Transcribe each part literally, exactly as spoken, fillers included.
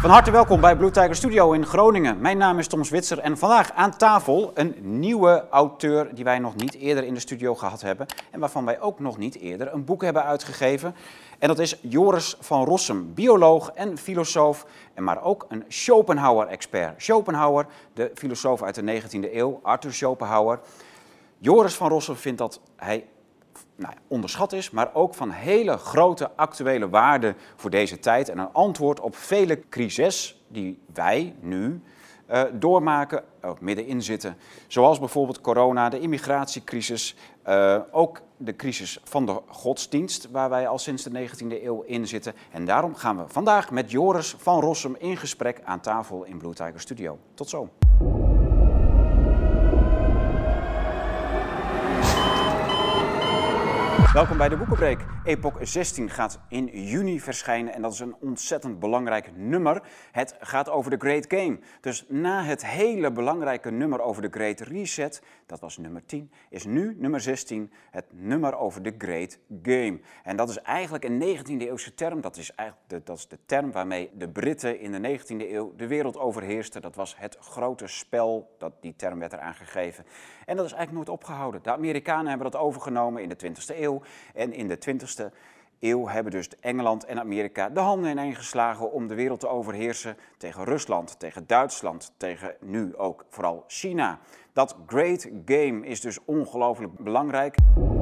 Van harte welkom bij Blue Tiger Studio in Groningen. Mijn naam is Tom Zwitser en vandaag aan tafel een nieuwe auteur die wij nog niet eerder in de studio gehad hebben en waarvan wij ook nog niet eerder een boek hebben uitgegeven. En dat is Joris van Rossum, bioloog en filosoof, en maar ook een Schopenhauer-expert. Schopenhauer, de filosoof uit de negentiende eeuw, Arthur Schopenhauer. Joris van Rossum vindt dat hij nou ja, onderschat is, maar ook van hele grote actuele waarde voor deze tijd en een antwoord op vele crises die wij nu uh, doormaken, ook middenin zitten. Zoals bijvoorbeeld corona, de immigratiecrisis, uh, ook de crisis van de godsdienst, waar wij al sinds de negentiende eeuw in zitten. En daarom gaan we vandaag met Joris van Rossum in gesprek aan tafel in Blue Tiger Studio. Tot zo. Welkom bij de Boekenbreek. Epoch zestien gaat in juni verschijnen en dat is een ontzettend belangrijk nummer. Het gaat over de Great Game. Dus na het hele belangrijke nummer over de Great Reset, dat was nummer tien, is nu nummer zestien het nummer over de Great Game. En dat is eigenlijk een negentiende eeuwse term. Dat is eigenlijk de, dat is de term waarmee de Britten in de negentiende eeuw de wereld overheersten. Dat was het grote spel, dat, die term werd eraan gegeven. En dat is eigenlijk nooit opgehouden. De Amerikanen hebben dat overgenomen in de twintigste eeuw. En in de twintigste eeuw hebben dus Engeland en Amerika de handen ineen geslagen om de wereld te overheersen tegen Rusland, tegen Duitsland, tegen nu ook vooral China. Dat Great Game is dus ongelooflijk belangrijk.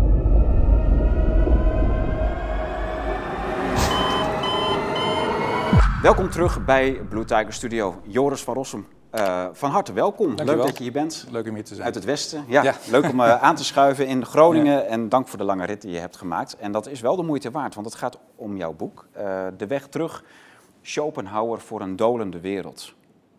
Welkom terug bij Blue Tiger Studio. Joris van Rossum. Uh, van harte welkom. Dankjewel. Leuk dat je hier bent. Leuk om hier te zijn. Uit het westen. Ja, ja. Leuk om uh, aan te schuiven in Groningen. Ja. En dank voor de lange rit die je hebt gemaakt. En dat is wel de moeite waard, want het gaat om jouw boek. Uh, de weg terug, Schopenhauer voor een dolende wereld.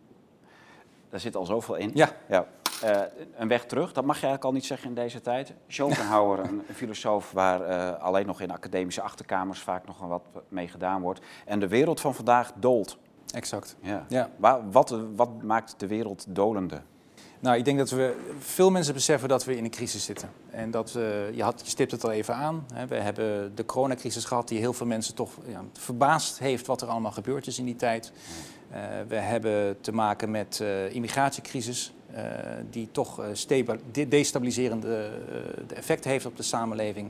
Daar zit al zoveel in. Ja. ja. Uh, een weg terug, dat mag je eigenlijk al niet zeggen in deze tijd. Schopenhauer, een, een filosoof waar uh, alleen nog in academische achterkamers vaak nog wat mee gedaan wordt. En de wereld van vandaag doolt. Exact. Ja. Ja. Wat, wat maakt de wereld dolende? Nou, ik denk dat we veel mensen beseffen dat we in een crisis zitten. En dat, uh, je, had, je stipt het al even aan. Hè. We hebben de coronacrisis gehad die heel veel mensen toch ja, verbaasd heeft wat er allemaal gebeurd is in die tijd. Uh, we hebben te maken met uh, immigratiecrisis, uh, die toch uh, destabiliserende uh, effecten heeft op de samenleving.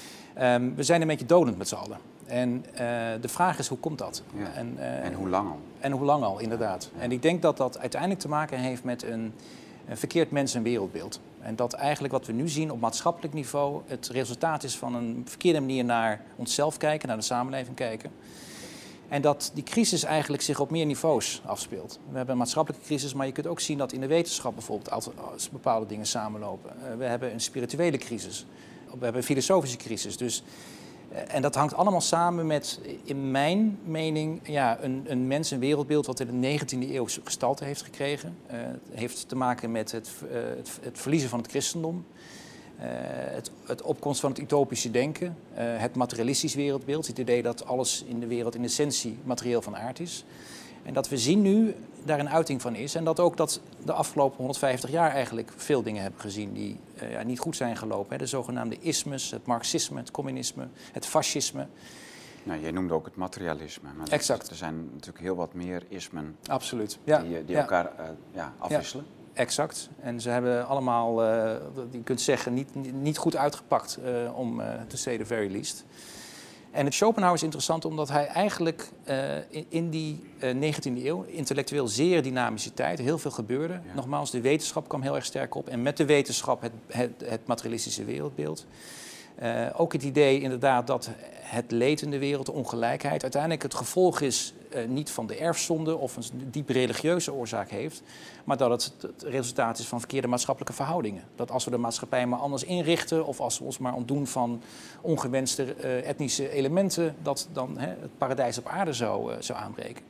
Um, we zijn een beetje dolend met z'n allen. En uh, de vraag is, hoe komt dat? Ja. En, uh, en hoe lang al? En hoe lang al, inderdaad. Ja. En ik denk dat dat uiteindelijk te maken heeft met een, een verkeerd mens- en wereldbeeld. En dat eigenlijk wat we nu zien op maatschappelijk niveau het resultaat is van een verkeerde manier naar onszelf kijken, naar de samenleving kijken. En dat die crisis eigenlijk zich op meer niveaus afspeelt. We hebben een maatschappelijke crisis, maar je kunt ook zien dat in de wetenschap bijvoorbeeld als bepaalde dingen samenlopen. Uh, we hebben een spirituele crisis. We hebben een filosofische crisis. Dus, en dat hangt allemaal samen met, in mijn mening, ja, een, een mens- en wereldbeeld wat in de negentiende eeuw gestalte heeft gekregen. Uh, het heeft te maken met het, uh, het, het verliezen van het christendom. Uh, het, het opkomst van het utopische denken. Uh, het materialistisch wereldbeeld. Het idee dat alles in de wereld in essentie materieel van aard is. En dat we zien nu daar een uiting van is. En dat ook dat de afgelopen honderdvijftig jaar eigenlijk veel dingen hebben gezien die uh, ja, niet goed zijn gelopen. Hè. De zogenaamde ismes, het marxisme, het communisme, het fascisme. Nou, jij noemde ook het materialisme. Maar dat, exact. Er zijn natuurlijk heel wat meer ismen. Absoluut. Ja. Die, die ja. elkaar uh, ja, afwisselen. Ja. Exact. En ze hebben allemaal, uh, je kunt zeggen, niet, niet goed uitgepakt uh, om uh, to say the very least. En het Schopenhauer is interessant omdat hij eigenlijk uh, in, in die uh, negentiende eeuw, intellectueel zeer dynamische tijd, heel veel gebeurde. Ja. Nogmaals, de wetenschap kwam heel erg sterk op en met de wetenschap het, het, het materialistische wereldbeeld. Uh, ook het idee inderdaad dat het leed in de wereld, de ongelijkheid, uiteindelijk het gevolg is uh, niet van de erfzonde of een diep religieuze oorzaak heeft, maar dat het het resultaat is van verkeerde maatschappelijke verhoudingen. Dat als we de maatschappij maar anders inrichten of als we ons maar ontdoen van ongewenste uh, etnische elementen, dat dan hè, het paradijs op aarde zou, uh, zou aanbreken.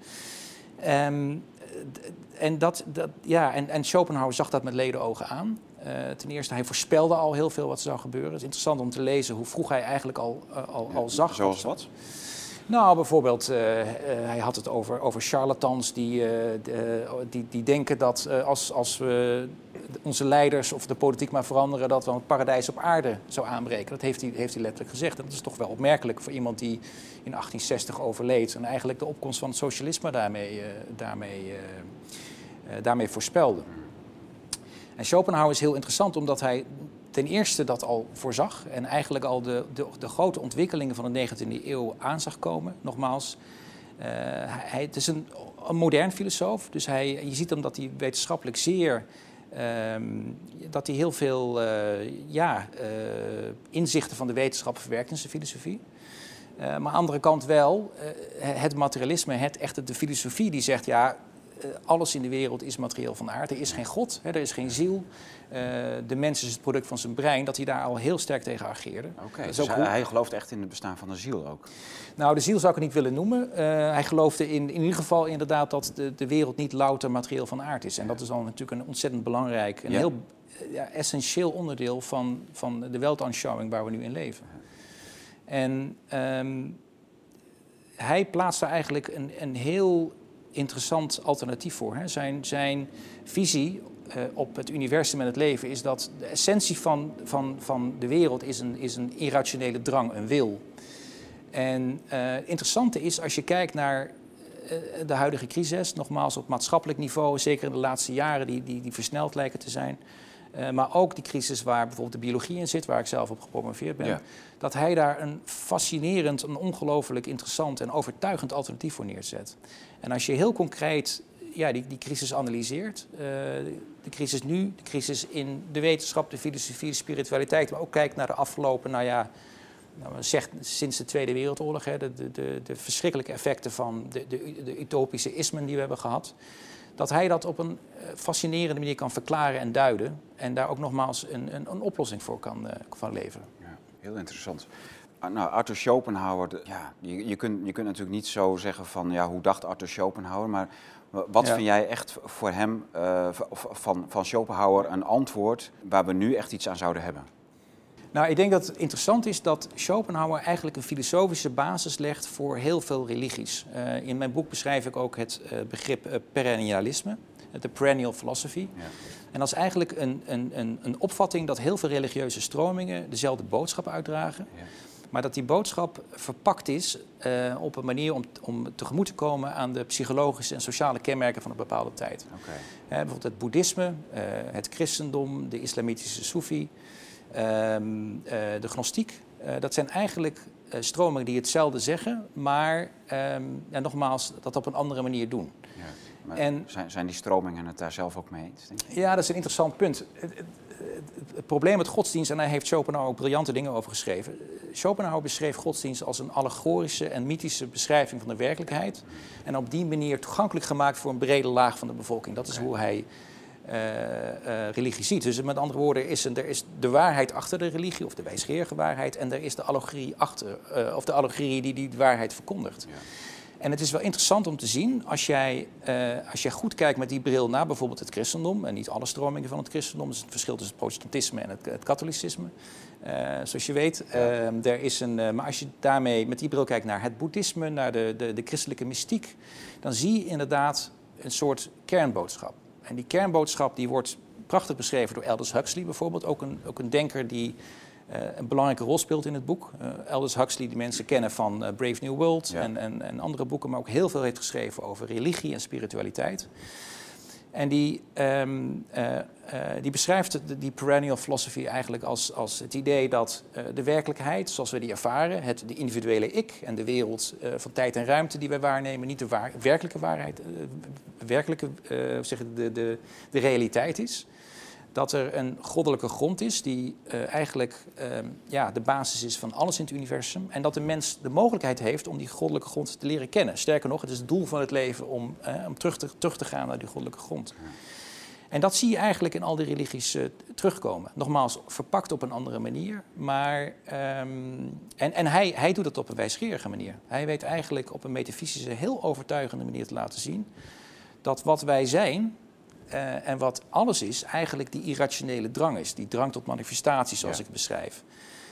Um, en, dat, dat, ja, en, en Schopenhauer zag dat met ledenogen aan. Uh, ten eerste, hij voorspelde al heel veel wat er zou gebeuren. Het is interessant om te lezen hoe vroeg hij eigenlijk al, uh, al, al zag. Zoals wat? Nou, bijvoorbeeld, uh, uh, hij had het over, over charlatans die, uh, de, die, die denken dat uh, als, als we onze leiders of de politiek maar veranderen, dat we het paradijs op aarde zou aanbreken. Dat heeft hij, heeft hij letterlijk gezegd. En dat is toch wel opmerkelijk voor iemand die in achttien zestig overleed en eigenlijk de opkomst van het socialisme daarmee, uh, daarmee, uh, uh, daarmee voorspelde. En Schopenhauer is heel interessant omdat hij ten eerste dat al voorzag en eigenlijk al de, de, de grote ontwikkelingen van de negentiende eeuw aan zag komen. Nogmaals, uh, hij, het is een, een modern filosoof, dus hij, je ziet hem dat hij wetenschappelijk zeer, um, dat hij heel veel uh, ja, uh, inzichten van de wetenschap verwerkt in zijn filosofie. Uh, maar aan de andere kant wel, uh, het materialisme, het echte de filosofie die zegt ja, uh, alles in de wereld is materieel van aard. Er is geen God, hè, er is geen ziel. Uh, de mens is het product van zijn brein, dat hij daar al heel sterk tegen ageerde. Oké, okay, dus hij, hij gelooft echt in het bestaan van de ziel ook? Nou, de ziel zou ik het niet willen noemen. Uh, hij geloofde in, in ieder geval inderdaad dat de, de wereld niet louter materieel van aard is. En dat is dan natuurlijk een ontzettend belangrijk, een ja. heel uh, ja, essentieel onderdeel van, van de weltanschouwing waar we nu in leven. En um, hij plaatst daar eigenlijk een, een heel interessant alternatief voor. Hè. Zijn, zijn visie uh, op het universum en het leven is dat de essentie van, van, van de wereld is een, is een irrationele drang, een wil. En uh, het interessante is, als je kijkt naar uh, de huidige crisis, nogmaals op maatschappelijk niveau, zeker in de laatste jaren die, die, die versneld lijken te zijn, uh, maar ook die crisis waar bijvoorbeeld de biologie in zit, waar ik zelf op gepromoveerd ben, ja. dat hij daar een fascinerend, een ongelooflijk interessant en overtuigend alternatief voor neerzet. En als je heel concreet ja, die, die crisis analyseert, uh, de crisis nu, de crisis in de wetenschap, de filosofie, de spiritualiteit, maar ook kijkt naar de afgelopen, nou ja, nou, zegt sinds de Tweede Wereldoorlog, hè, de, de, de verschrikkelijke effecten van de, de, de utopische ismen die we hebben gehad, dat hij dat op een fascinerende manier kan verklaren en duiden en daar ook nogmaals een, een, een oplossing voor kan, uh, van leveren. Ja, heel interessant. Nou, Arthur Schopenhauer, de, ja, je, je, kunt, je kunt natuurlijk niet zo zeggen van ja, hoe dacht Arthur Schopenhauer, maar wat ja. vind jij echt voor hem, uh, van, van Schopenhauer, een antwoord waar we nu echt iets aan zouden hebben? Nou, ik denk dat het interessant is dat Schopenhauer eigenlijk een filosofische basis legt voor heel veel religies. Uh, in mijn boek beschrijf ik ook het uh, begrip uh, perennialisme, de perennial philosophy. Ja. En dat is eigenlijk een, een, een, een opvatting dat heel veel religieuze stromingen dezelfde boodschap uitdragen. Ja. Maar dat die boodschap verpakt is uh, op een manier om, om tegemoet te komen aan de psychologische en sociale kenmerken van een bepaalde tijd. Okay. Uh, bijvoorbeeld het boeddhisme, uh, het christendom, de islamitische soefi, um, uh, de gnostiek. Uh, dat zijn eigenlijk uh, stromingen die hetzelfde zeggen, maar um, ja, nogmaals dat op een andere manier doen. Ja, maar en, zijn, zijn die stromingen het daar zelf ook mee eens? Denk je? Ja, dat is een interessant punt. Het, het, het probleem met godsdienst, en daar heeft Schopenhauer ook briljante dingen over geschreven. Schopenhauer beschreef godsdienst als een allegorische en mythische beschrijving van de werkelijkheid. En op die manier toegankelijk gemaakt voor een brede laag van de bevolking. Dat is okay. hoe hij uh, uh, religie ziet. Dus met andere woorden, is een, er is de waarheid achter de religie, of de wijsgerige waarheid, en er is de allegorie achter, uh, of de allegorie die die waarheid verkondigt. Ja. En het is wel interessant om te zien, als jij, uh, als jij goed kijkt met die bril naar bijvoorbeeld het christendom, en niet alle stromingen van het christendom, dus het verschil tussen het protestantisme en het, het katholicisme, uh, zoals je weet. Uh, er is een, uh, maar als je daarmee met die bril kijkt naar het boeddhisme, naar de, de, de christelijke mystiek, dan zie je inderdaad een soort kernboodschap. En die kernboodschap die wordt prachtig beschreven door Aldous Huxley bijvoorbeeld, ook een, ook een denker die Uh, een belangrijke rol speelt in het boek. Uh, Aldous Huxley, die mensen kennen van uh, Brave New World ja. en, en, en andere boeken, maar ook heel veel heeft geschreven over religie en spiritualiteit. En die, um, uh, uh, die beschrijft de, die perennial philosophy eigenlijk als, als het idee dat uh, de werkelijkheid, zoals we die ervaren, het, de individuele ik en de wereld uh, van tijd en ruimte die wij waarnemen, niet de waar, werkelijke waarheid, uh, werkelijke, uh, zeg het, de, de, de realiteit is. Dat er een goddelijke grond is die uh, eigenlijk uh, ja, de basis is van alles in het universum. En dat de mens de mogelijkheid heeft om die goddelijke grond te leren kennen. Sterker nog, het is het doel van het leven om, uh, om terug, te, terug te gaan naar die goddelijke grond. En dat zie je eigenlijk in al die religies uh, terugkomen. Nogmaals, verpakt op een andere manier. Maar, um, en en hij, hij doet het op een wijsgerige manier. Hij weet eigenlijk op een metafysische, heel overtuigende manier te laten zien dat wat wij zijn, Uh, en wat alles is, eigenlijk die irrationele drang is. Die drang tot manifestatie, zoals ja. ik beschrijf.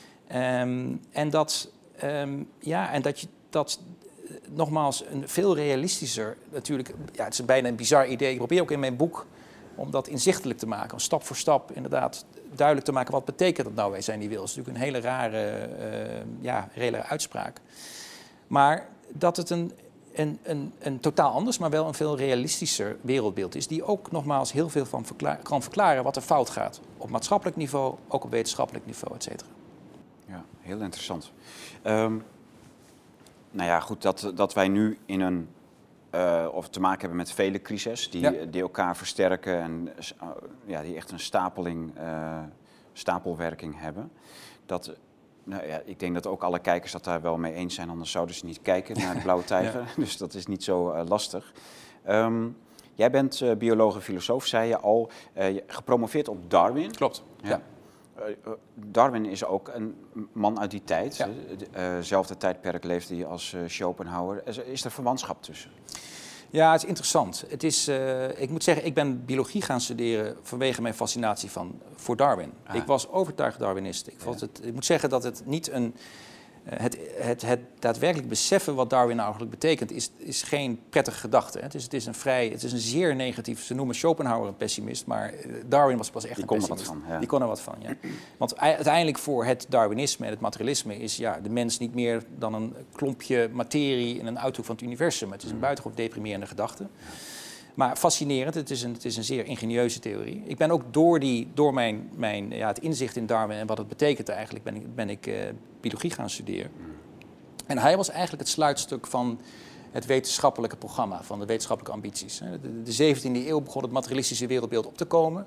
Um, en dat, um, ja, en dat je dat uh, nogmaals een veel realistischer, natuurlijk, ja, het is bijna een bizar idee. Ik probeer ook in mijn boek om dat inzichtelijk te maken, om stap voor stap inderdaad duidelijk te maken wat betekent dat nou wij zijn die wil. Dat is natuurlijk een hele rare, uh, ja, hele uitspraak. Maar dat het een, een, een, een totaal anders, maar wel een veel realistischer wereldbeeld is, die ook nogmaals heel veel van verklaar, kan verklaren wat er fout gaat. Op maatschappelijk niveau, ook op wetenschappelijk niveau, et cetera. Ja, heel interessant. Um, nou ja, goed, dat, dat wij nu in een Uh, of te maken hebben met vele crises die, ja. die elkaar versterken en uh, ja, die echt een stapeling, uh, stapelwerking hebben. Dat, nou ja, ik denk dat ook alle kijkers dat daar wel mee eens zijn, anders zouden ze niet kijken naar de Blauwe Tijger. Ja. Dus dat is niet zo uh, lastig. Um, jij bent uh, bioloog en filosoof, zei je al, uh, gepromoveerd op Darwin. Klopt, ja. ja. Uh, Darwin is ook een man uit die tijd. Ja. Uh, zelfde tijdperk leefde hij als uh, Schopenhauer. Is, is er verwantschap tussen? Ja, het is interessant. Het is, uh, ik moet zeggen, ik ben biologie gaan studeren vanwege mijn fascinatie van, voor Darwin. Ah. Ik was overtuigd Darwinist. Ik, vond ja. het, ik moet zeggen dat het niet een... Het, het, het daadwerkelijk beseffen wat Darwin nou eigenlijk betekent, is, is geen prettige gedachte. Het is, het is een vrij, het is een zeer negatief. Ze noemen Schopenhauer een pessimist, maar Darwin was, was echt Die een kon pessimist. Er wat van, ja. Die kon er wat van, ja. Want uiteindelijk voor het Darwinisme en het materialisme is ja, de mens niet meer dan een klompje materie in een uithoek van het universum. Het is een buitengewoon deprimerende gedachte. Maar fascinerend, het is een, het is een zeer ingenieuze theorie. Ik ben ook door, die, door mijn, mijn, ja, het inzicht in Darwin en wat het betekent eigenlijk, ben ik, ben ik uh, biologie gaan studeren. En hij was eigenlijk het sluitstuk van het wetenschappelijke programma, van de wetenschappelijke ambities. De, de zeventiende eeuw begon het materialistische wereldbeeld op te komen.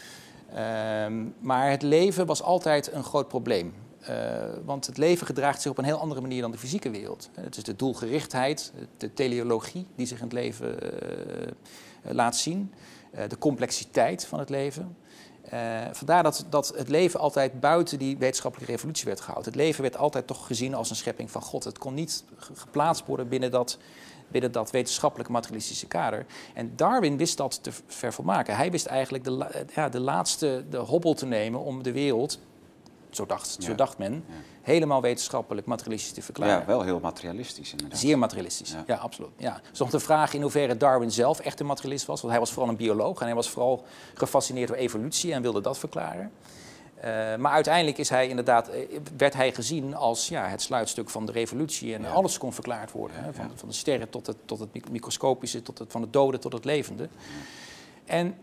Um, maar het leven was altijd een groot probleem. Uh, want het leven gedraagt zich op een heel andere manier dan de fysieke wereld. Het is de doelgerichtheid, de teleologie die zich in het leven uh, laat zien. Uh, de complexiteit van het leven. Uh, vandaar dat, dat het leven altijd buiten die wetenschappelijke revolutie werd gehouden. Het leven werd altijd toch gezien als een schepping van God. Het kon niet geplaatst worden binnen dat, binnen dat wetenschappelijke materialistische kader. En Darwin wist dat te vervolmaken. Hij wist eigenlijk de, ja, de laatste de hobbel te nemen om de wereld... Zo dacht, ja. zo dacht men, ja. helemaal wetenschappelijk materialistisch te verklaren. Ja, wel heel materialistisch inderdaad. Zeer materialistisch, ja, ja absoluut. Ja. Het is nog de vraag in hoeverre Darwin zelf echt een materialist was. Want hij was vooral een bioloog en hij was vooral gefascineerd door evolutie en wilde dat verklaren. Uh, maar uiteindelijk is hij inderdaad, werd hij gezien als ja, het sluitstuk van de revolutie. En ja. alles kon verklaard worden. Ja, hè, van, ja. van de sterren tot het, tot het microscopische, tot het, van het dode tot het levende. Ja. En,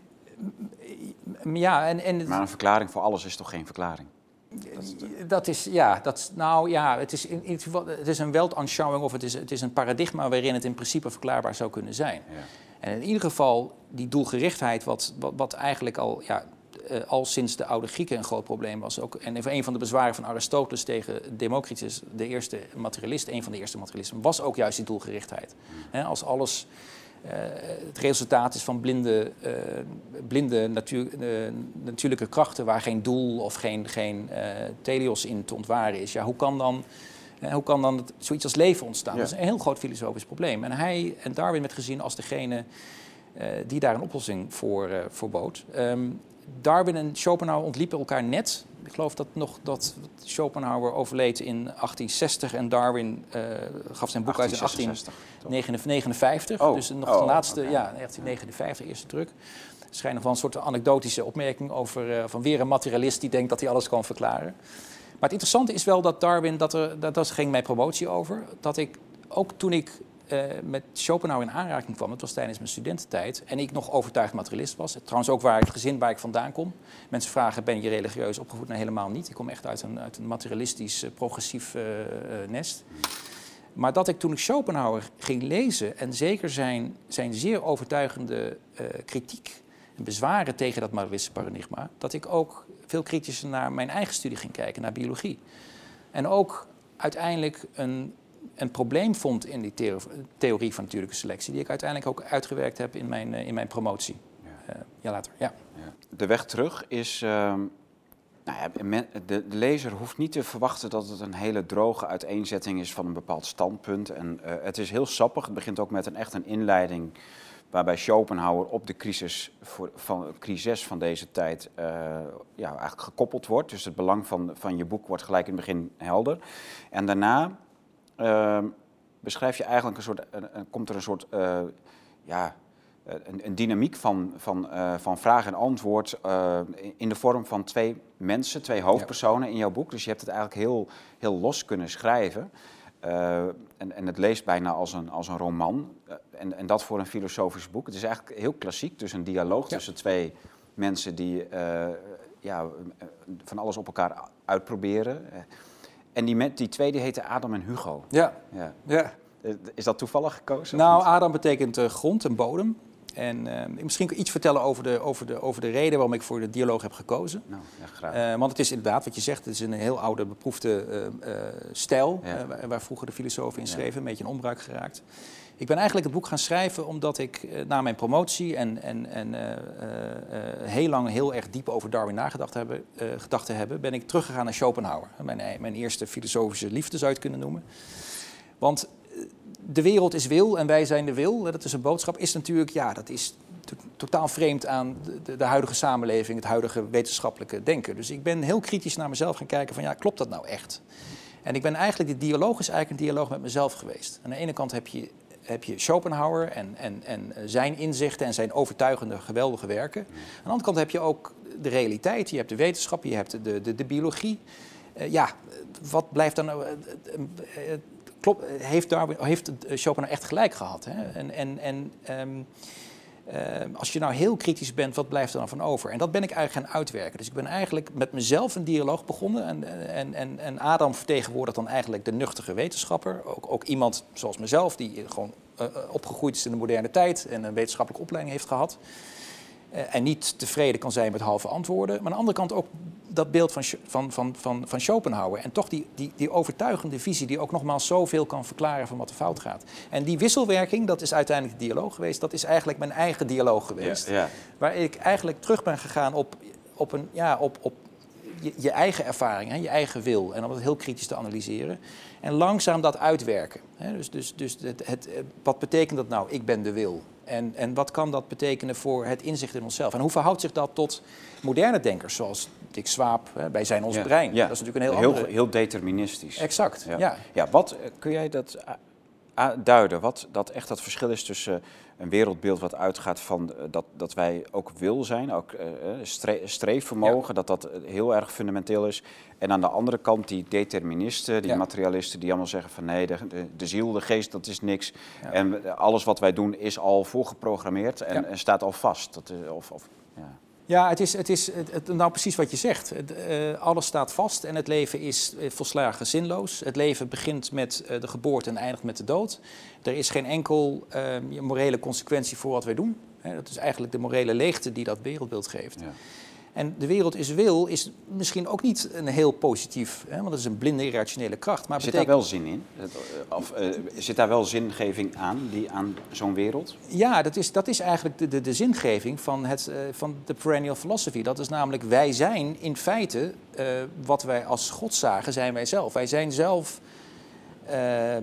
ja, en, en, maar een verklaring voor alles is toch geen verklaring? Dat is, ja, dat, nou ja, het is, in, het is een Weltanschauung of het is, het is een paradigma waarin het in principe verklaarbaar zou kunnen zijn. Ja. En in ieder geval die doelgerichtheid, wat, wat, wat eigenlijk al, ja, uh, al sinds de oude Grieken een groot probleem was. Ook, en een van de bezwaren van Aristoteles tegen Democritus, de eerste materialist, een van de eerste materialisten, was ook juist die doelgerichtheid. He, als alles... Uh, het resultaat is van blinde, uh, blinde natuur, uh, natuurlijke krachten waar geen doel of geen, geen uh, teleos in te ontwaren is. Ja, hoe kan dan, uh, hoe kan dan het, zoiets als leven ontstaan? Ja. Dat is een heel groot filosofisch probleem. En hij en Darwin werd gezien als degene uh, die daar een oplossing voor, uh, voor bood. Um, Darwin en Schopenhauer ontliepen elkaar net. Ik geloof dat nog dat Schopenhauer overleed in achttien zestig en Darwin uh, gaf zijn boek uit in achttien negenenvijftig. Oh, dus nog oh, de laatste, okay. ja, negentien negenenvijftig, eerste druk. Er schijnt nog wel een soort anekdotische opmerking over uh, van weer een materialist die denkt dat hij alles kan verklaren. Maar het interessante is wel dat Darwin, dat er, dat, dat ging mijn promotie over, dat ik ook toen ik Uh, met Schopenhauer in aanraking kwam. Dat was tijdens mijn studententijd. En ik nog overtuigd materialist was. Trouwens ook waar het gezin waar ik vandaan kom. Mensen vragen, ben je religieus opgevoed? Nee, helemaal niet. Ik kom echt uit een, uit een materialistisch, uh, progressief uh, uh, nest. Maar dat ik toen ik Schopenhauer ging lezen... en zeker zijn, zijn zeer overtuigende uh, kritiek... en bezwaren tegen dat materialistische paradigma... dat ik ook veel kritischer naar mijn eigen studie ging kijken, naar biologie. En ook uiteindelijk een... een probleem vond in die theo theorie van natuurlijke selectie... die ik uiteindelijk ook uitgewerkt heb in mijn, uh, in mijn promotie. Ja, uh, ja later. Ja. Ja. De weg terug is... Uh, nou ja, men, de, de lezer hoeft niet te verwachten dat het een hele droge uiteenzetting is... van een bepaald standpunt. En, uh, het is heel sappig. Het begint ook met een, echt een inleiding... waarbij Schopenhauer op de crisis, voor, van, crisis van deze tijd uh, ja, eigenlijk gekoppeld wordt. Dus het belang van, van je boek wordt gelijk in het begin helder. En daarna... Uh, beschrijf je eigenlijk een soort, uh, komt er een soort uh, ja, een, een dynamiek van, van, uh, van vraag en antwoord uh, in de vorm van twee mensen, twee hoofdpersonen in jouw boek. Dus je hebt het eigenlijk heel, heel los kunnen schrijven. Uh, en, en het leest bijna als een, als een roman. Uh, en, en dat voor een filosofisch boek. Het is eigenlijk heel klassiek, dus een dialoog ja. tussen twee mensen die uh, ja, van alles op elkaar uitproberen. Uh, en die, met, die twee die heten Adam en Hugo. Ja. ja. ja. Is dat toevallig gekozen? Nou, Adam betekent uh, grond en bodem. En uh, misschien kan ik iets vertellen over de, over, de, over de reden waarom ik voor de dialoog heb gekozen. Nou, ja, graag. Uh, want het is inderdaad, wat je zegt, het is een heel oude, beproefde uh, uh, stijl. Ja. Uh, waar, waar vroeger de filosofen in schreven, ja. een beetje in onbruik geraakt. Ik ben eigenlijk het boek gaan schrijven omdat ik uh, na mijn promotie en, en, en uh, uh, uh, heel lang heel erg diep over Darwin nagedacht hebben, uh, gedacht te hebben, ben ik teruggegaan naar Schopenhauer. Mijn, mijn eerste filosofische liefde zou je het kunnen noemen. Want de wereld is wil en wij zijn de wil, dat is een boodschap, is natuurlijk, ja, dat is to totaal vreemd aan de, de huidige samenleving, het huidige wetenschappelijke denken. Dus ik ben heel kritisch naar mezelf gaan kijken van, ja, klopt dat nou echt? En ik ben eigenlijk, de dialoog is eigenlijk een dialoog met mezelf geweest. Aan de ene kant heb je, heb je Schopenhauer en, en, en zijn inzichten en zijn overtuigende, geweldige werken. Aan de andere kant heb je ook de realiteit, je hebt de wetenschap, je hebt de, de, de biologie. Uh, ja, wat blijft dan nou... Uh, uh, uh, Klopt, heeft, Darwin, heeft Schopenhauer echt gelijk gehad? Hè? En, en, en um, uh, als je nou heel kritisch bent, wat blijft er dan van over? En dat ben ik eigenlijk gaan uitwerken. Dus ik ben eigenlijk met mezelf een dialoog begonnen. En, en, en, en Adam vertegenwoordigt dan eigenlijk de nuchtere wetenschapper. Ook, ook iemand zoals mezelf, die gewoon uh, opgegroeid is in de moderne tijd en een wetenschappelijke opleiding heeft gehad. Uh, en niet tevreden kan zijn met halve antwoorden. Maar aan de andere kant ook dat beeld van, van, van, van, van Schopenhauer. En toch die, die, die overtuigende visie die ook nogmaals zoveel kan verklaren van wat er fout gaat. En die wisselwerking, dat is uiteindelijk de dialoog geweest. Dat is eigenlijk mijn eigen dialoog geweest. Ja, ja. Waar ik eigenlijk terug ben gegaan op, op, een, ja, op, op je, je eigen ervaring, hè, je eigen wil. En om het heel kritisch te analyseren. En langzaam dat uitwerken. Hè. Dus, dus, dus het, het, wat betekent dat nou? Ik ben de wil. En, en wat kan dat betekenen voor het inzicht in onszelf? En hoe verhoudt zich dat tot moderne denkers, zoals Dick Swaap, hè, wij zijn ons ja, brein. Ja. Dat is natuurlijk een heel heel, andere... heel deterministisch. Exact, ja. ja. ja wat, kun jij dat duiden? Wat dat echt dat verschil is tussen een wereldbeeld wat uitgaat van dat, dat wij ook wil zijn, ook uh, stre streefvermogen, ja. dat dat heel erg fundamenteel is. En aan de andere kant die deterministen, die ja. materialisten, die allemaal zeggen van nee, de, de, de ziel, de geest, dat is niks. Ja. En alles wat wij doen is al voorgeprogrammeerd en, ja. en staat al vast. Dat is, of, of, ja. Ja, het is, het is het, het, nou precies wat je zegt. Het, uh, alles staat vast en het leven is uh, volslagen zinloos. Het leven begint met uh, de geboorte en eindigt met de dood. Er is geen enkel uh, morele consequentie voor wat wij doen. Hè, dat is eigenlijk de morele leegte die dat wereldbeeld geeft. Ja. En de wereld is wil is misschien ook niet een heel positief, hè, want dat is een blinde irrationele kracht. Maar zit betekent... daar wel zin in? Of uh, zit daar wel zingeving aan, die, aan zo'n wereld? Ja, dat is, dat is eigenlijk de, de, de zingeving van, het, uh, van de perennial philosophy. Dat is namelijk, wij zijn in feite, uh, wat wij als God zagen, zijn wij zelf. Wij zijn zelf... Uh,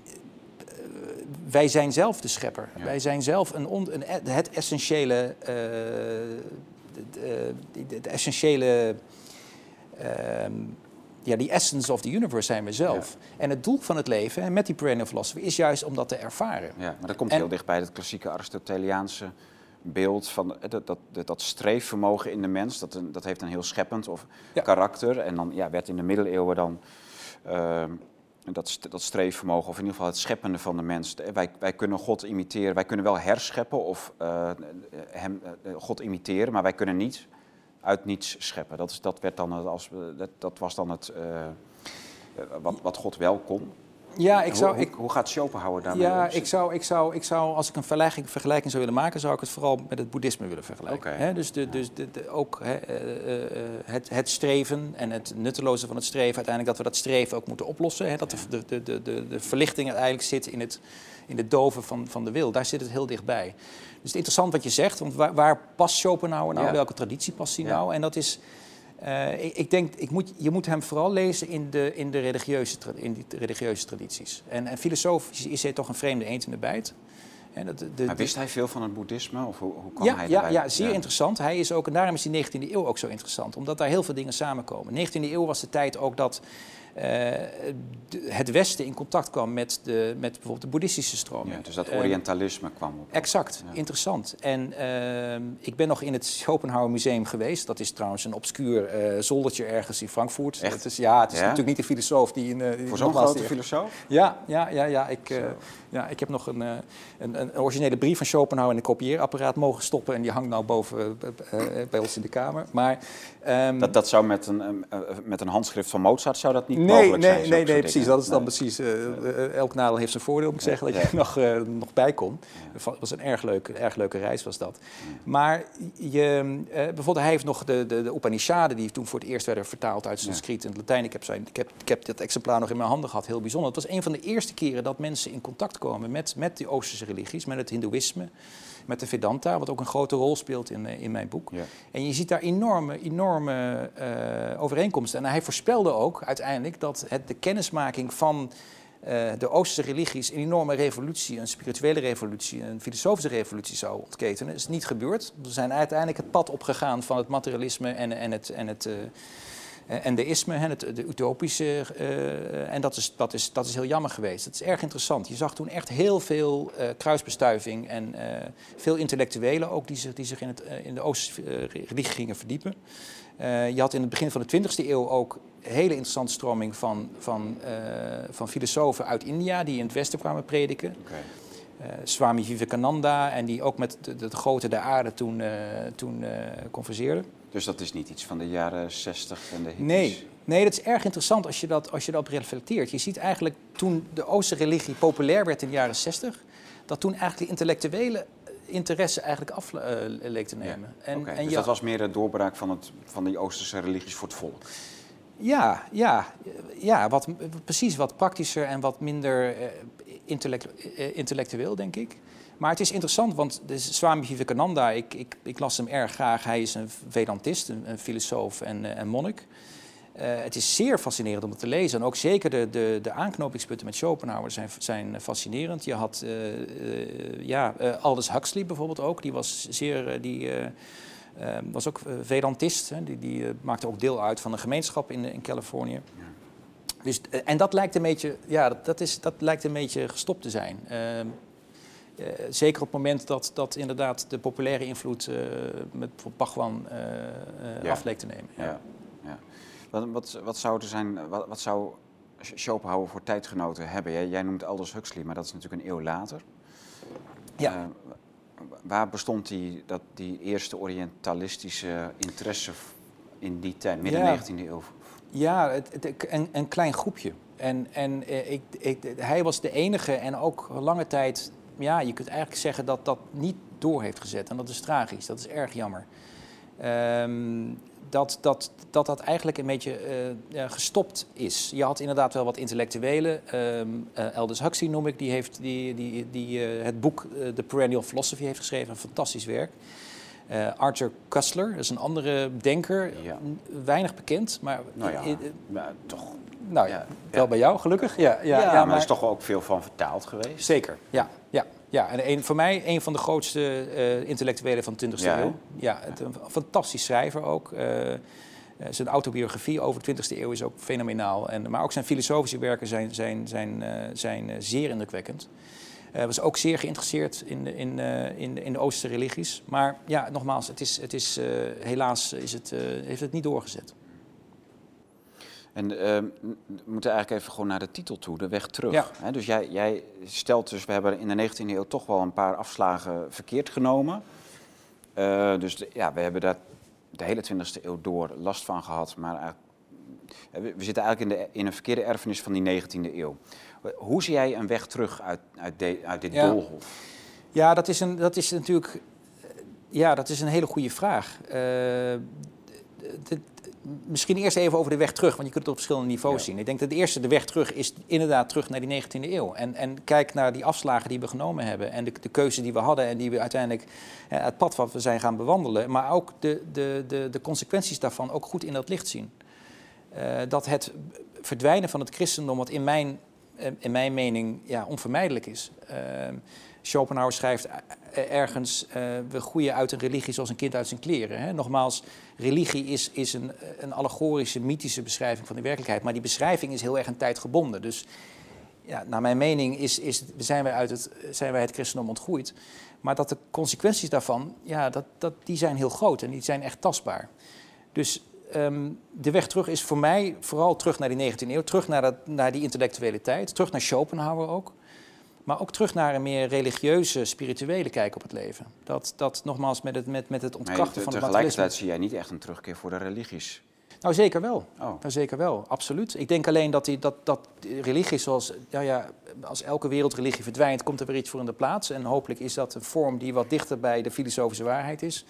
wij zijn zelf de schepper. Ja. Wij zijn zelf een on, een, het essentiële... Uh, De, de, de essentiële, uh, ja, die essence of the universe zijn we zelf. Ja. En het doel van het leven, met die perennial philosophy, is juist om dat te ervaren. Ja, maar dat komt en, heel dicht bij het klassieke Aristoteliaanse beeld van dat, dat, dat streefvermogen in de mens. Dat, dat heeft een heel scheppend of ja. karakter. En dan ja, werd in de middeleeuwen dan... Uh, Dat, dat streefvermogen, of in ieder geval het scheppende van de mens. Wij, wij kunnen God imiteren, wij kunnen wel herscheppen of uh, hem, uh, God imiteren, maar wij kunnen niet uit niets scheppen. Dat, is, dat, werd dan als, dat, dat was dan het, uh, wat, wat God wel kon. Ja, ik zou, hoe, ik, hoe gaat Schopenhauer daarmee ja, om? ik zou, ik, zou, ik zou, als ik een vergelijking, vergelijking zou willen maken, zou ik het vooral met het boeddhisme willen vergelijken. Okay. He, dus de, dus de, de, ook he, uh, uh, het, het streven en het nutteloze van het streven, uiteindelijk dat we dat streven ook moeten oplossen. He, dat de, de, de, de, de verlichting uiteindelijk zit in het, in het doven van, van de wil. Daar zit het heel dichtbij. Dus het is interessant wat je zegt, want waar, waar past Schopenhauer nou? Ja. Welke traditie past hij nou? Ja. En dat is... Uh, ik, ik denk, ik moet, je moet hem vooral lezen in de, in de, religieuze, in die religieuze tradities. En, en filosofisch is hij toch een vreemde eend in de bijt. En dat, de, de, maar wist hij veel van het boeddhisme? Of hoe, hoe kwam ja, hij ja, erbij? ja, zeer ja. interessant. Hij is ook, en daarom is die negentiende eeuw ook zo interessant. Omdat daar heel veel dingen samenkomen. negentiende eeuw was de tijd ook dat uh, de, het Westen in contact kwam met, de, met bijvoorbeeld de boeddhistische stroming. Ja, dus dat Orientalisme uh, kwam op. Exact, ja. Interessant. En uh, ik ben nog in het Schopenhauer Museum geweest. Dat is trouwens een obscuur uh, zoldertje ergens in Frankfurt. Echt? Het is, ja, het is ja? natuurlijk niet de filosoof die... in. Uh, Voor zo'n grote die filosoof? Ja, ja, ja, ja, ik, uh, ja, ik heb nog een, uh, een, een originele brief van Schopenhauer in een kopieerapparaat mogen stoppen. En die hangt nou boven uh, uh, bij ons in de kamer. Maar, um, dat, dat zou met een, uh, met een handschrift van Mozart zou dat niet nee, mogelijk nee, zijn? Nee, nee, precies. Dat is dan nee. precies... Uh, uh, elk nadeel heeft zijn voordeel, moet ik zeggen, dat ja. je er nog, uh, nog bij kon. Het ja. was een erg leuke, erg leuke reis, was dat. Ja. Maar je, uh, bijvoorbeeld, hij heeft nog de, de, de Upanishaden, die toen voor het eerst werden vertaald uit Sanskriet ja. in het Latijn. Ik heb, zijn, ik, heb, ik heb dat exemplaar nog in mijn handen gehad, heel bijzonder. Het was een van de eerste keren dat mensen in contact komen met, met die Oosterse religies, met het Hindoeïsme, met de Vedanta, wat ook een grote rol speelt in, in mijn boek. Ja. En je ziet daar enorme, enorme uh, overeenkomsten. En hij voorspelde ook uiteindelijk dat het, de kennismaking van uh, de Oosterse religies een enorme revolutie, een spirituele revolutie, een filosofische revolutie zou ontketenen. Dat is niet gebeurd. We zijn uiteindelijk het pad opgegaan van het materialisme en, en het... En het uh, En de isme, het, de utopische, uh, en dat is, dat, is, dat is heel jammer geweest. Dat is erg interessant. Je zag toen echt heel veel uh, kruisbestuiving en uh, veel intellectuelen ook die zich, die zich in, het, uh, in de Oosterse uh, religie gingen verdiepen. Uh, je had in het begin van de twintigste eeuw ook een hele interessante stroming van, van, uh, van filosofen uit India die in het Westen kwamen prediken. Okay. Uh, Swami Vivekananda en die ook met de, de, de grote der aarde toen, uh, toen uh, converseerden. Dus dat is niet iets van de jaren zestig en de hippies? Nee, nee, dat is erg interessant als je, dat, als je daarop reflecteert. Je ziet eigenlijk toen de Oosterse religie populair werd in de jaren zestig... dat toen eigenlijk de intellectuele interesse eigenlijk af uh, leek te nemen. Ja, en, okay. en dus je... dat was meer een doorbraak van, het, van die Oosterse religies voor het volk? Ja, ja, ja wat, precies wat praktischer en wat minder uh, intellect, uh, intellectueel, denk ik. Maar het is interessant, want de Swami Vivekananda, ik, ik, ik las hem erg graag. Hij is een Vedantist, een, een filosoof en, uh, en monnik. Uh, het is zeer fascinerend om het te lezen. En ook zeker de, de, de aanknopingspunten met Schopenhauer zijn, zijn fascinerend. Je had uh, uh, ja, uh, Aldous Huxley bijvoorbeeld ook. Die was, zeer, uh, die, uh, uh, was ook uh, Vedantist. Hè. Die, die uh, maakte ook deel uit van een gemeenschap in, in Californië. Ja. Dus, uh, en dat lijkt, een beetje, ja, dat, dat, is, dat lijkt een beetje gestopt te zijn. Uh, Uh, zeker op het moment dat, dat inderdaad de populaire invloed uh, met Bhagwan uh, uh, ja. af leek te nemen. Ja. Ja, ja. Wat, wat, wat zou er zijn, wat, wat zou Schopenhauer voor tijdgenoten hebben? Jij, jij noemt Aldous Huxley, maar dat is natuurlijk een eeuw later. Ja. Uh, waar bestond die, dat, die eerste orientalistische interesse in die tijd, midden negentiende eeuw? Ja, het, het, een, een klein groepje. En, en uh, ik, ik, hij was de enige en ook lange tijd... Ja, je kunt eigenlijk zeggen dat dat niet door heeft gezet. En dat is tragisch, dat is erg jammer. Um, dat, dat, dat dat eigenlijk een beetje uh, gestopt is. Je had inderdaad wel wat intellectuelen. Um, uh, Aldous Huxley noem ik, die, heeft, die, die, die uh, het boek uh, The Perennial Philosophy heeft geschreven. Een fantastisch werk. Uh, Arthur Koestler, dat is een andere denker. Ja. Weinig bekend, maar... Nou ja, uh, uh, maar toch... Nou ja, wel ja. bij jou, gelukkig. Ja, ja, ja, ja, maar maar er is toch ook veel van vertaald geweest? Zeker, ja. ja. Ja, en een, voor mij een van de grootste uh, intellectuelen van de twintigste ja, eeuw. Ja, het, een fantastisch schrijver ook. Uh, zijn autobiografie over de twintigste eeuw is ook fenomenaal. En, maar ook zijn filosofische werken zijn, zijn, zijn, uh, zijn uh, zeer indrukwekkend. Hij uh, was ook zeer geïnteresseerd in de, in, uh, in de, in de Oosterse religies. Maar ja, nogmaals, het is, het is, uh, helaas is het, uh, heeft het niet doorgezet. En uh, we moeten eigenlijk even gewoon naar de titel toe, de weg terug. Ja. He, dus jij, jij stelt dus, we hebben in de negentiende eeuw toch wel een paar afslagen verkeerd genomen. Uh, dus de, ja, we hebben daar de hele twintigste eeuw door last van gehad. Maar uh, we zitten eigenlijk in, de, in een verkeerde erfenis van die negentiende eeuw. Hoe zie jij een weg terug uit, uit, de, uit dit ja. doolhof? Ja, dat is, een, dat is natuurlijk ja, dat is een hele goede vraag. Uh, de, de, Misschien eerst even over de weg terug, want je kunt het op verschillende niveaus ja. zien. Ik denk dat de eerste, de weg terug, is inderdaad terug naar die negentiende eeuw. En, en kijk naar die afslagen die we genomen hebben en de, de keuze die we hadden en die we uiteindelijk, ja, het pad wat we zijn gaan bewandelen, maar ook de, de, de, de consequenties daarvan ook goed in dat licht zien. Uh, dat het verdwijnen van het christendom, wat in mijn, in mijn mening ja, onvermijdelijk is, uh, Schopenhauer schrijft ergens, uh, we groeien uit een religie zoals een kind uit zijn kleren. Hè? Nogmaals, religie is, is een, een allegorische, mythische beschrijving van de werkelijkheid. Maar die beschrijving is heel erg een tijd gebonden. Dus ja, naar mijn mening is, is, zijn, wij uit het, zijn wij het christendom ontgroeid. Maar dat de consequenties daarvan, ja, dat, dat, die zijn heel groot en die zijn echt tastbaar. Dus um, de weg terug is voor mij vooral terug naar die negentiende eeuw. Terug naar, dat, naar die intellectuele tijd. Terug naar Schopenhauer ook. Maar ook terug naar een meer religieuze, spirituele kijk op het leven. Dat, dat nogmaals met het, met, met het ontkrachten nee, te, van het tegelijkertijd zie jij niet echt een terugkeer voor de religies. Nou, zeker wel. Oh. Nou, zeker wel, absoluut. Ik denk alleen dat, die, dat, dat religie zoals... Ja, ja, als elke wereldreligie verdwijnt, komt er weer iets voor in de plaats. En hopelijk is dat een vorm die wat dichter bij de filosofische waarheid is.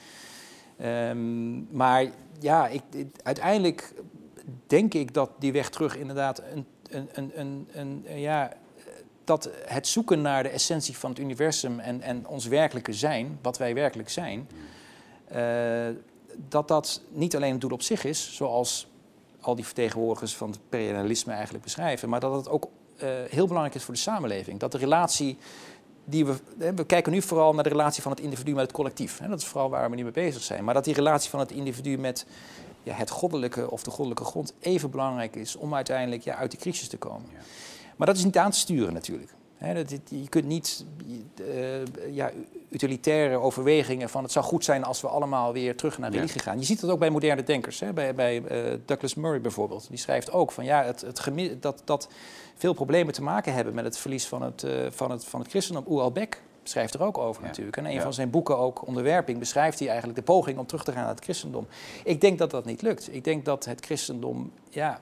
Um, maar ja, ik, ik, uiteindelijk denk ik dat die weg terug inderdaad een... een, een, een, een ja, dat het zoeken naar de essentie van het universum en, en ons werkelijke zijn, wat wij werkelijk zijn, uh, dat dat niet alleen een doel op zich is, zoals al die vertegenwoordigers van het perennialisme eigenlijk beschrijven, maar dat het ook uh, heel belangrijk is voor de samenleving. Dat de relatie die we... We kijken nu vooral naar de relatie van het individu met het collectief. Hè, dat is vooral waar we nu mee bezig zijn. Maar dat die relatie van het individu met ja, het goddelijke of de goddelijke grond even belangrijk is om uiteindelijk ja, uit die crisis te komen. Ja. Maar dat is niet aan te sturen natuurlijk. He, dat, je kunt niet uh, ja, utilitaire overwegingen van het zou goed zijn als we allemaal weer terug naar religie ja. gaan. Je ziet dat ook bij moderne denkers, hè? bij, bij uh, Douglas Murray bijvoorbeeld. Die schrijft ook van, ja, het, het gemi- dat, dat veel problemen te maken hebben met het verlies van het, uh, van het, van het christendom. Oewal Beck schrijft er ook over ja. natuurlijk. En een ja. van zijn boeken ook, Onderwerping, beschrijft hij eigenlijk de poging om terug te gaan naar het christendom. Ik denk dat dat niet lukt. Ik denk dat het christendom... ja.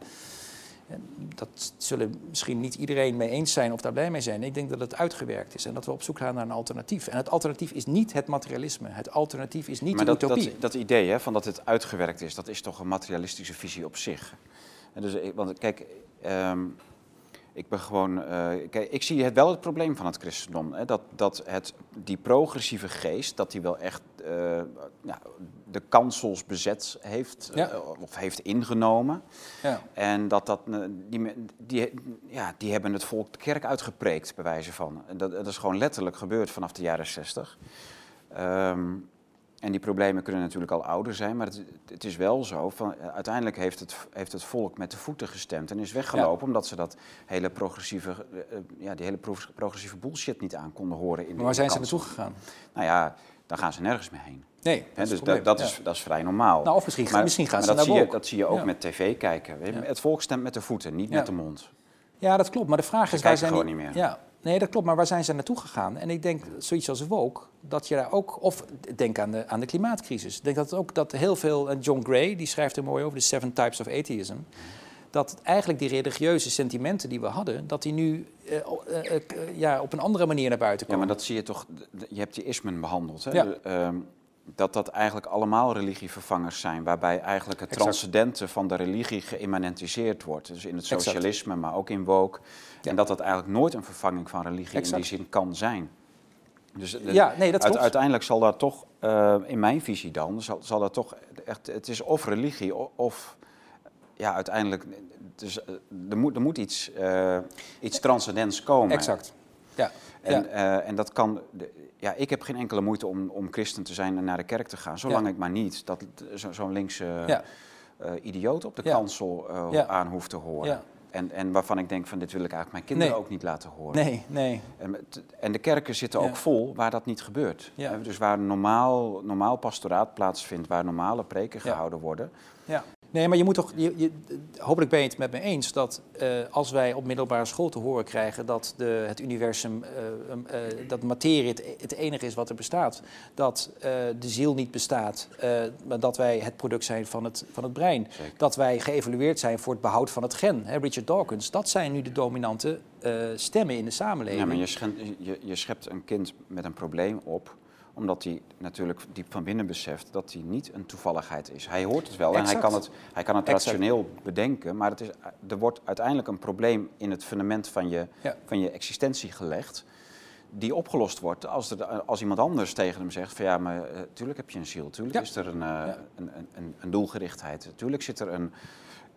Dat zullen misschien niet iedereen mee eens zijn of daar blij mee zijn. Ik denk dat het uitgewerkt is en dat we op zoek gaan naar een alternatief. En het alternatief is niet het materialisme. Het alternatief is niet maar de dat, utopie. Dat, dat idee hè, van dat het uitgewerkt is, dat is toch een materialistische visie op zich. En dus, want kijk, um, ik ben gewoon... Uh, kijk, ik zie het wel het probleem van het christendom. Hè, dat dat het, die progressieve geest, dat die wel echt uh, ja, de kansels bezet heeft, ja. uh, of heeft ingenomen. Ja. En dat dat... Uh, die, die, ja, die hebben het volk de kerk uitgepreekt, bij wijze van. Dat, dat is gewoon letterlijk gebeurd vanaf de jaren zestig. Um, En die problemen kunnen natuurlijk al ouder zijn, maar het, het is wel zo, van, uiteindelijk heeft het, heeft het volk met de voeten gestemd en is weggelopen, ja. omdat ze dat hele progressieve, uh, ja, die hele progressieve bullshit niet aan konden horen. In maar waar de zijn ze naartoe gegaan? Nou ja, dan gaan ze nergens meer heen. Nee, He, dus dat, dat, is, ja. dat is vrij normaal. Nou, of misschien, maar, misschien gaan maar ze dat naar zie woke. je, Dat zie je ook ja. met tv kijken. Ja. Het volk stemt met de voeten, niet ja. met de mond. Ja, dat klopt, maar de vraag ze is... Waar zijn gewoon die, niet meer. Ja. Nee, dat klopt, maar waar zijn ze naartoe gegaan? En ik denk, zoiets als woke, dat je daar ook... Of denk aan de, aan de klimaatcrisis. Ik denk dat ook dat heel veel... En John Gray, die schrijft er mooi over, de Seven Types of Atheism. Dat eigenlijk die religieuze sentimenten die we hadden... dat die nu uh, uh, uh, ja, op een andere manier naar buiten komen. Ja, maar dat zie je toch... Je hebt die ismen behandeld, hè? Ja. De, um, dat dat eigenlijk allemaal religievervangers zijn... waarbij eigenlijk het exact. transcendente van de religie geïmmanentiseerd wordt. Dus in het socialisme, exact. maar ook in woke. Ja. En dat dat eigenlijk nooit een vervanging van religie exact. in die zin kan zijn. Dus de, ja, nee, dat uit, uiteindelijk zal dat toch, uh, in mijn visie dan... Zal, zal dat toch echt... Het is of religie of... Ja, uiteindelijk... Dus, er, moet, er moet iets, uh, iets transcendents komen. Exact, ja. En, ja. uh, en dat kan... Ja, ik heb geen enkele moeite om, om christen te zijn en naar de kerk te gaan. Zolang ja. ik maar niet dat zo, zo'n linkse ja. uh, idioot op de ja. kansel uh, ja. aan hoeft te horen. Ja. En, en waarvan ik denk van dit wil ik eigenlijk mijn kinderen nee. ook niet laten horen. Nee, nee. En, en de kerken zitten ja. ook vol waar dat niet gebeurt. Ja. Dus waar normaal, normaal pastoraat plaatsvindt, waar normale preken ja. gehouden worden... Ja. Nee, maar je moet toch, je, je, hopelijk ben je het met me eens dat uh, als wij op middelbare school te horen krijgen dat de, het universum, uh, uh, dat materie het, het enige is wat er bestaat, dat uh, de ziel niet bestaat, uh, maar dat wij het product zijn van het, van het brein, Zeker. Dat wij geëvolueerd zijn voor het behoud van het gen. Hè, Richard Dawkins, dat zijn nu de dominante uh, stemmen in de samenleving. Ja, maar je schept, je, je schept een kind met een probleem op... omdat hij natuurlijk diep van binnen beseft dat hij niet een toevalligheid is. Hij hoort het wel exact. en hij kan het, hij kan het rationeel bedenken... maar het is, er wordt uiteindelijk een probleem in het fundament van je, ja. van je existentie gelegd... die opgelost wordt als, er, als iemand anders tegen hem zegt... van ja, maar uh, tuurlijk heb je een ziel, tuurlijk ja. is er een, uh, ja. een, een, een, een doelgerichtheid... tuurlijk zit er een...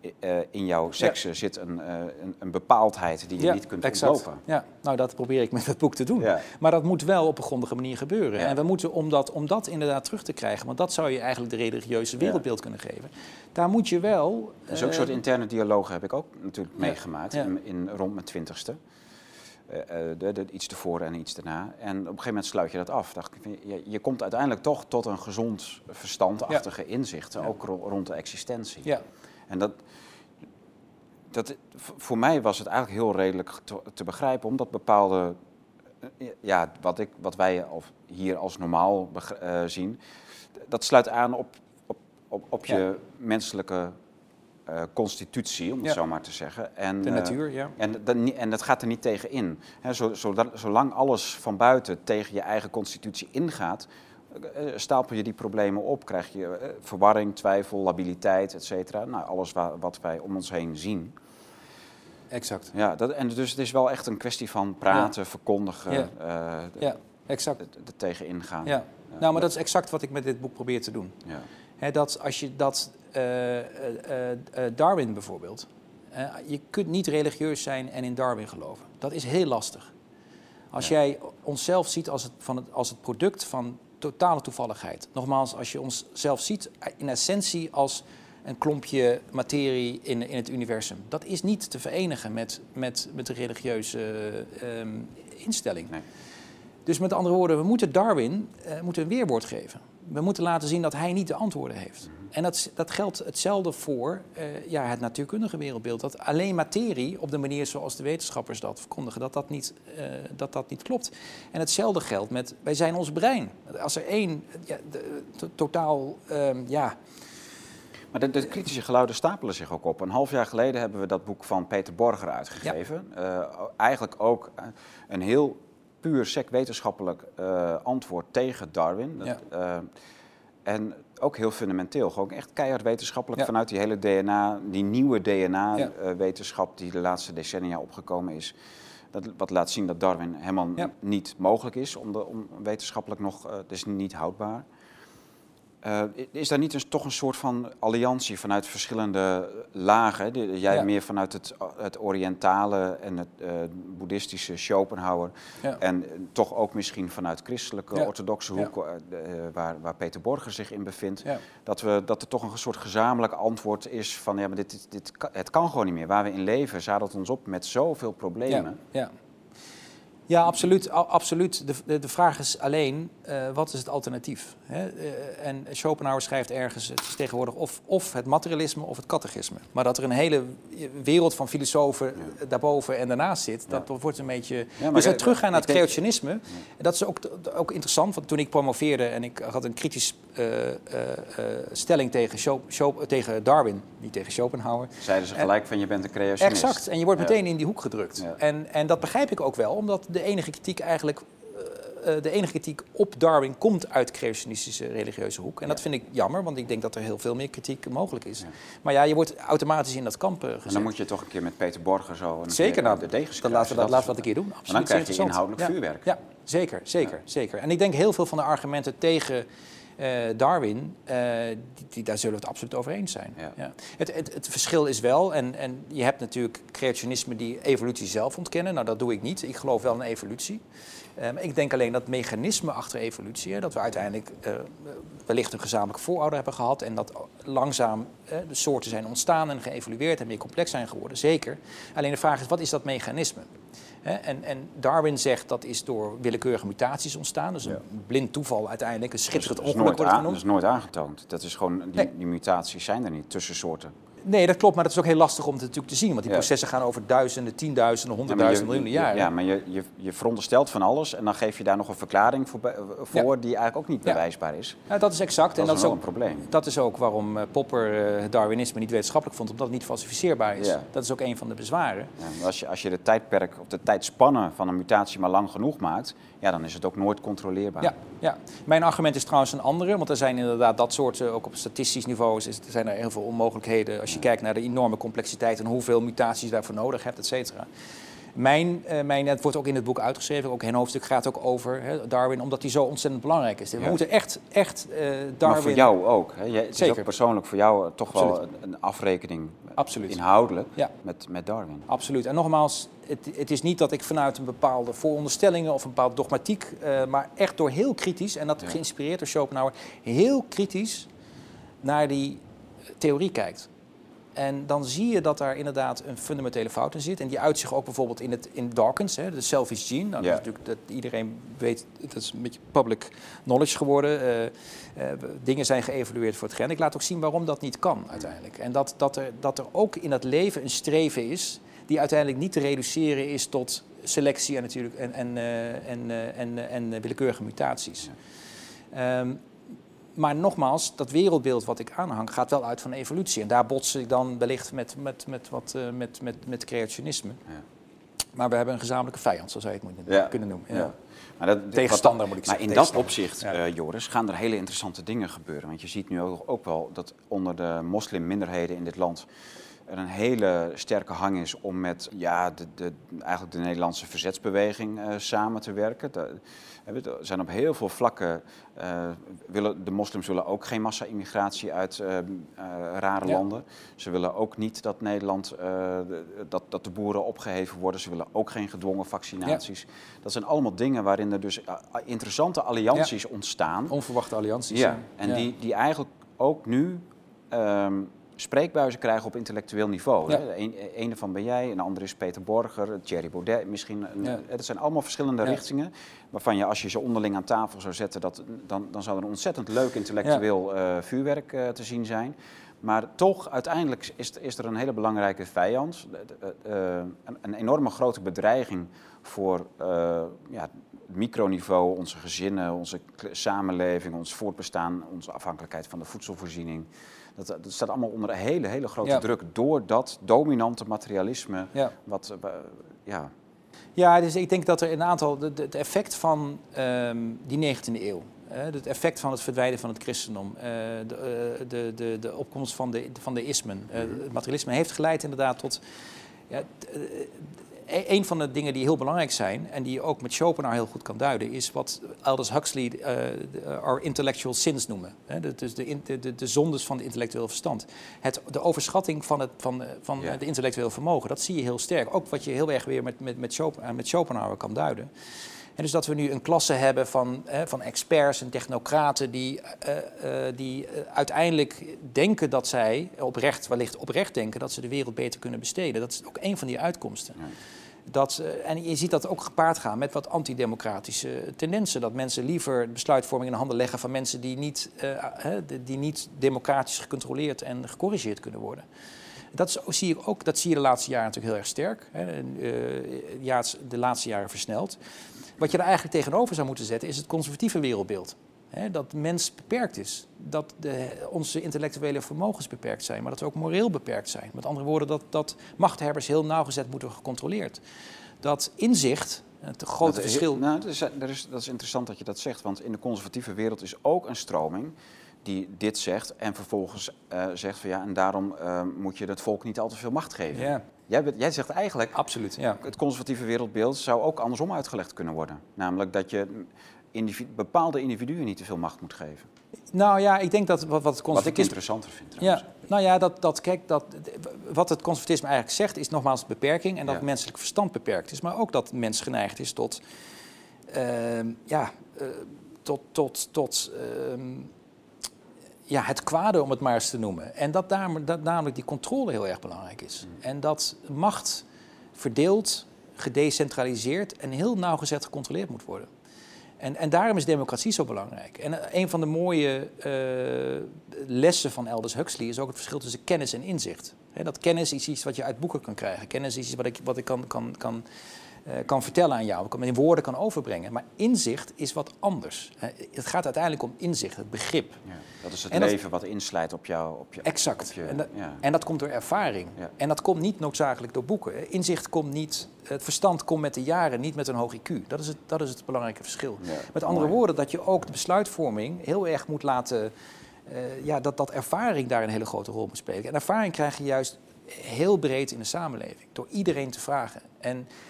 uh, in jouw seksen ja. zit een, uh, een, een bepaaldheid die je ja, niet kunt exact. ontlopen. Ja, nou dat probeer ik met het boek te doen. Ja. Maar dat moet wel op een grondige manier gebeuren. Ja. En we moeten, om dat, om dat inderdaad terug te krijgen, want dat zou je eigenlijk de religieuze wereldbeeld ja. kunnen geven. Daar moet je wel... Dus ook een uh, soort interne dialogen heb ik ook natuurlijk ja. meegemaakt ja. in, in rond mijn twintigste. Uh, de, de, iets tevoren en iets daarna. En op een gegeven moment sluit je dat af. Dacht ik, je, je komt uiteindelijk toch tot een gezond verstandachtige ja. inzicht, ja. ook ro- rond de existentie. Ja. En dat, dat, voor mij was het eigenlijk heel redelijk te, te begrijpen, omdat bepaalde, ja, wat, ik, wat wij hier als normaal begr- uh, zien, dat sluit aan op, op, op, op je ja. menselijke Uh, constitutie, om het ja. zo maar te zeggen. En, de natuur, ja. Uh, en, en, en dat gaat er niet tegen in. He, zo, zodat, zolang alles van buiten tegen je eigen constitutie ingaat, uh, stapel je die problemen op. Krijg je uh, verwarring, twijfel, labiliteit, et cetera. Nou, alles wa- wat wij om ons heen zien. Exact. Ja, dat, en dus het is wel echt een kwestie van praten, ja. verkondigen, ja. Uh, de, ja, exact. Er tegen ingaan. Ja. Uh, nou, maar dat is exact wat ik met dit boek probeer te doen. Ja. He, dat als je dat... Uh, uh, uh, Darwin bijvoorbeeld. Uh, je kunt niet religieus zijn en in Darwin geloven. Dat is heel lastig. Als ja. jij onszelf ziet als het, van het, als het product van totale toevalligheid. Nogmaals, als je onszelf ziet in essentie als een klompje materie in, in het universum. Dat is niet te verenigen met, met, met de religieuze uh, um, instelling. Nee. Dus met andere woorden, we moeten Darwin uh, moeten een weerwoord geven. We moeten laten zien dat hij niet de antwoorden heeft. Mm-hmm. En dat, dat geldt hetzelfde voor uh, ja, het natuurkundige wereldbeeld. Dat alleen materie, op de manier zoals de wetenschappers dat verkondigen, dat dat niet, uh, dat dat niet klopt. En hetzelfde geldt met, wij zijn ons brein. Als er één, ja, de, to, totaal, um, ja... Maar de, de kritische geluiden stapelen zich ook op. Een half jaar geleden hebben we dat boek van Peter Borger uitgegeven. Ja. Uh, eigenlijk ook een heel puur sec wetenschappelijk uh, antwoord tegen Darwin. Dat, ja. uh, en ook heel fundamenteel, gewoon echt keihard wetenschappelijk ja. vanuit die hele D N A, die nieuwe D N A-wetenschap ja. uh, die de laatste decennia opgekomen is. Dat, wat laat zien dat Darwin helemaal ja. niet mogelijk is, om, de, om wetenschappelijk nog, uh, het is niet houdbaar. Uh, is daar niet een, toch een soort van alliantie vanuit verschillende lagen? De, jij ja. meer vanuit het, het Oriëntale en het uh, boeddhistische Schopenhauer. Ja. En uh, toch ook misschien vanuit christelijke, ja. orthodoxe hoek, ja. uh, waar, waar Peter Borger zich in bevindt. Ja. Dat, we, dat er toch een soort gezamenlijk antwoord is van, ja, maar dit, dit, dit, het kan gewoon niet meer. Waar we in leven zadelt ons op met zoveel problemen. Ja. Ja. Ja, absoluut. absoluut. De, de, de vraag is alleen, uh, wat is het alternatief? Hè? Uh, en Schopenhauer schrijft ergens, het is tegenwoordig of, of het materialisme of het catechisme. Maar dat er een hele wereld van filosofen ja. daarboven en daarnaast zit, ja. dat wordt een beetje... Ja, dus we teruggaan naar het creationisme. Ja. Dat is ook, ook interessant, want toen ik promoveerde en ik had een kritisch uh, uh, uh, stelling tegen, Schop, Schop, tegen Darwin, niet tegen Schopenhauer. Zeiden ze gelijk en, van je bent een creationist. Exact, en je wordt meteen ja. in die hoek gedrukt. Ja. En, en dat begrijp ik ook wel, omdat de enige kritiek eigenlijk, uh, de enige kritiek op Darwin komt uit de creationistische religieuze hoek. En ja. dat vind ik jammer, want ik denk dat er heel veel meer kritiek mogelijk is. Ja. Maar ja, je wordt automatisch in dat kamp uh, gezet. En dan moet je toch een keer met Peter Borger zo een zeker, nou, de degens dan laten we dat, laten we dat een keer doen. Absoluut, en dan krijg je inhoudelijk ja. vuurwerk. Ja, zeker, zeker, ja. zeker. En ik denk heel veel van de argumenten tegen Uh, Darwin, uh, die, die, daar zullen we het absoluut over eens zijn. Ja. Ja. Het, het, het verschil is wel, en, en je hebt natuurlijk creationisme die evolutie zelf ontkennen. Nou, dat doe ik niet. Ik geloof wel in evolutie. Um, ik denk alleen dat het mechanisme achter evolutie, hè, dat we uiteindelijk uh, wellicht een gezamenlijke voorouder hebben gehad en dat langzaam uh, de soorten zijn ontstaan en geëvolueerd en meer complex zijn geworden, zeker. Alleen de vraag is, wat is dat mechanisme? He, en, en Darwin zegt dat is door willekeurige mutaties ontstaan. Dus een ja. blind toeval uiteindelijk, een schitterend dat is, ongeluk wordt genoemd. Dat is nooit aangetoond. Dat is gewoon, die, nee. die mutaties zijn er niet tussen soorten. Nee, dat klopt, maar dat is ook heel lastig om het natuurlijk te zien. Want die ja. processen gaan over duizenden, tienduizenden, honderdduizenden, miljoenen jaren. Ja, maar je, je, je veronderstelt van alles en dan geef je daar nog een verklaring voor, voor ja. die eigenlijk ook niet bewijsbaar is. Ja, dat is exact. Dat en is dat is ook een probleem. Dat is ook waarom Popper uh, het Darwinisme niet wetenschappelijk vond, omdat het niet falsificeerbaar is. Ja. Dat is ook een van de bezwaren. Ja, als je, als je de tijdperk of de tijdspannen van een mutatie maar lang genoeg maakt, ja, dan is het ook nooit controleerbaar. Ja, ja. Mijn argument is trouwens een andere, want er zijn inderdaad dat soort, ook op statistisch niveau, is, er zijn er heel veel onmogelijkheden als je ja. kijkt naar de enorme complexiteit en hoeveel mutaties je daarvoor nodig hebt, et cetera. Mijn, uh, mijn, het wordt ook in het boek uitgeschreven, ook een hoofdstuk gaat ook over hè, Darwin, omdat hij zo ontzettend belangrijk is. We ja. moeten echt, echt uh, Darwin... Maar voor jou ook. Hè? Jij, het Zeker. is ook persoonlijk voor jou toch Absoluut. wel een, een afrekening Absoluut. inhoudelijk ja. met, met Darwin. Absoluut. En nogmaals, het, het is niet dat ik vanuit een bepaalde vooronderstellingen of een bepaalde dogmatiek, uh, maar echt door heel kritisch, en dat ja. geïnspireerd door Schopenhauer, heel kritisch naar die theorie kijkt. En dan zie je dat daar inderdaad een fundamentele fout in zit. En die uit zich ook bijvoorbeeld in, het, in Dawkins, hè, de selfish gene. Nou, ja. dat is natuurlijk dat iedereen weet, dat is een beetje public knowledge geworden. Uh, uh, dingen zijn geëvalueerd voor het gen. Ik laat ook zien waarom dat niet kan uiteindelijk. En dat, dat, er, dat er ook in dat leven een streven is die uiteindelijk niet te reduceren is tot selectie en, natuurlijk, en, en, uh, en, uh, en, uh, en willekeurige mutaties. Ja. Um, Maar nogmaals, dat wereldbeeld wat ik aanhang gaat wel uit van evolutie. En daar bots ik dan wellicht met, met, met, wat, uh, met, met, met creationisme. Ja. Maar we hebben een gezamenlijke vijand, zo zou je het moeten ja. kunnen noemen. Ja. Ja. Maar dat, tegenstander dat, moet ik maar zeggen. Maar in dat opzicht, ja. uh, Joris, gaan er hele interessante dingen gebeuren. Want je ziet nu ook, ook wel dat onder de moslimminderheden in dit land er een hele sterke hang is om met ja, de, de, eigenlijk de Nederlandse verzetsbeweging uh, samen te werken. De, er zijn op heel veel vlakken, uh, willen, de moslims willen ook geen massa-immigratie uit uh, uh, rare ja. landen. Ze willen ook niet dat Nederland, uh, de, dat, dat de boeren opgeheven worden. Ze willen ook geen gedwongen vaccinaties. Ja. Dat zijn allemaal dingen waarin er dus uh, interessante allianties ja. ontstaan. Onverwachte allianties. Ja, en ja. Die, die eigenlijk ook nu Um, spreekbuizen krijgen op intellectueel niveau. Ja. Hè? Een, een ervan ben jij, een andere is Peter Borger, Thierry Baudet misschien. Een, ja. Het zijn allemaal verschillende ja. richtingen waarvan je als je ze onderling aan tafel zou zetten, dat, dan, dan zou er een ontzettend leuk intellectueel ja. uh, vuurwerk uh, te zien zijn. Maar toch, uiteindelijk is, is er een hele belangrijke vijand. Uh, uh, een, een enorme grote bedreiging voor uh, ja, het microniveau, onze gezinnen, onze samenleving, ons voortbestaan, onze afhankelijkheid van de voedselvoorziening. Dat, dat staat allemaal onder een hele, hele grote ja. druk door dat dominante materialisme. Ja, wat, uh, ja. ja dus ik denk dat er een aantal... Het effect van um, die negentiende eeuw, uh, het effect van het verdwijnen van het christendom, uh, de, uh, de, de, de opkomst van de, van de ismen, uh, het materialisme heeft geleid inderdaad tot... Ja, uh, Een van de dingen die heel belangrijk zijn en die je ook met Schopenhauer heel goed kan duiden, is wat Aldous Huxley uh, our intellectual sins noemen. Hè? Dus de, de, de, de zondes van het intellectueel verstand. Het, de overschatting van, het, van, van ja. het intellectueel vermogen, dat zie je heel sterk. Ook wat je heel erg weer met, met, met, Schopen, met Schopenhauer kan duiden. En dus dat we nu een klasse hebben van, hè, van experts en technocraten die, uh, uh, die uh, uiteindelijk denken dat zij, oprecht, wellicht oprecht denken, dat ze de wereld beter kunnen besteden. Dat is ook een van die uitkomsten. Ja. Dat, uh, en je ziet dat ook gepaard gaan met wat antidemocratische tendensen. Dat mensen liever besluitvorming in de handen leggen van mensen die niet, uh, die niet democratisch gecontroleerd en gecorrigeerd kunnen worden. Dat is, zie ik ook, dat zie je de laatste jaren natuurlijk heel erg sterk. Hè, uh, de laatste jaren versneld. Wat je er eigenlijk tegenover zou moeten zetten is het conservatieve wereldbeeld. He, dat de mens beperkt is. Dat de, onze intellectuele vermogens beperkt zijn, maar dat we ook moreel beperkt zijn. Met andere woorden, dat, dat machthebbers heel nauwgezet moeten worden gecontroleerd. Dat inzicht, het grote dat, verschil... Nou, dat, is, dat, is, dat is interessant dat je dat zegt, want in de conservatieve wereld is ook een stroming die dit zegt en vervolgens uh, zegt van ja, en daarom uh, moet je het volk niet al te veel macht geven. Ja. Jij, jij zegt eigenlijk, absoluut, ja. Het conservatieve wereldbeeld zou ook andersom uitgelegd kunnen worden. Namelijk dat je individu, bepaalde individuen niet te veel macht moet geven. Nou ja, ik denk dat wat, wat het conservatisme... Wat ik interessanter vind trouwens. Ja, nou ja, dat, dat, kijk, dat, wat het conservatisme eigenlijk zegt is nogmaals beperking en dat ja. het menselijk verstand beperkt is. Maar ook dat de mens geneigd is tot, uh, ja, uh, tot, tot, tot uh, ja, het kwade, om het maar eens te noemen. En dat, daar, dat namelijk die controle heel erg belangrijk is. Mm. En dat macht verdeeld, gedecentraliseerd en heel nauwgezet gecontroleerd moet worden. En, en daarom is democratie zo belangrijk. En een van de mooie uh, lessen van Aldous Huxley is ook het verschil tussen kennis en inzicht. He, dat kennis is iets wat je uit boeken kan krijgen. Kennis is iets wat ik, wat ik kan, kan, kan, uh, kan vertellen aan jou, wat ik in woorden kan overbrengen. Maar inzicht is wat anders. Uh, het gaat uiteindelijk om inzicht, het begrip. Ja, dat is het en leven dat, wat inslijt op jou. Op je, exact. Op je, en, dat, ja. en dat komt door ervaring. Ja. En dat komt niet noodzakelijk door boeken. Inzicht komt niet... Het verstand komt met de jaren, niet met een hoog I Q. Dat is het, dat is het belangrijke verschil. Ja, met andere mooi. woorden, dat je ook de besluitvorming heel erg moet laten... Uh, ja, dat, dat ervaring daar een hele grote rol moet spelen. En ervaring krijg je juist heel breed in de samenleving. Door iedereen te vragen. En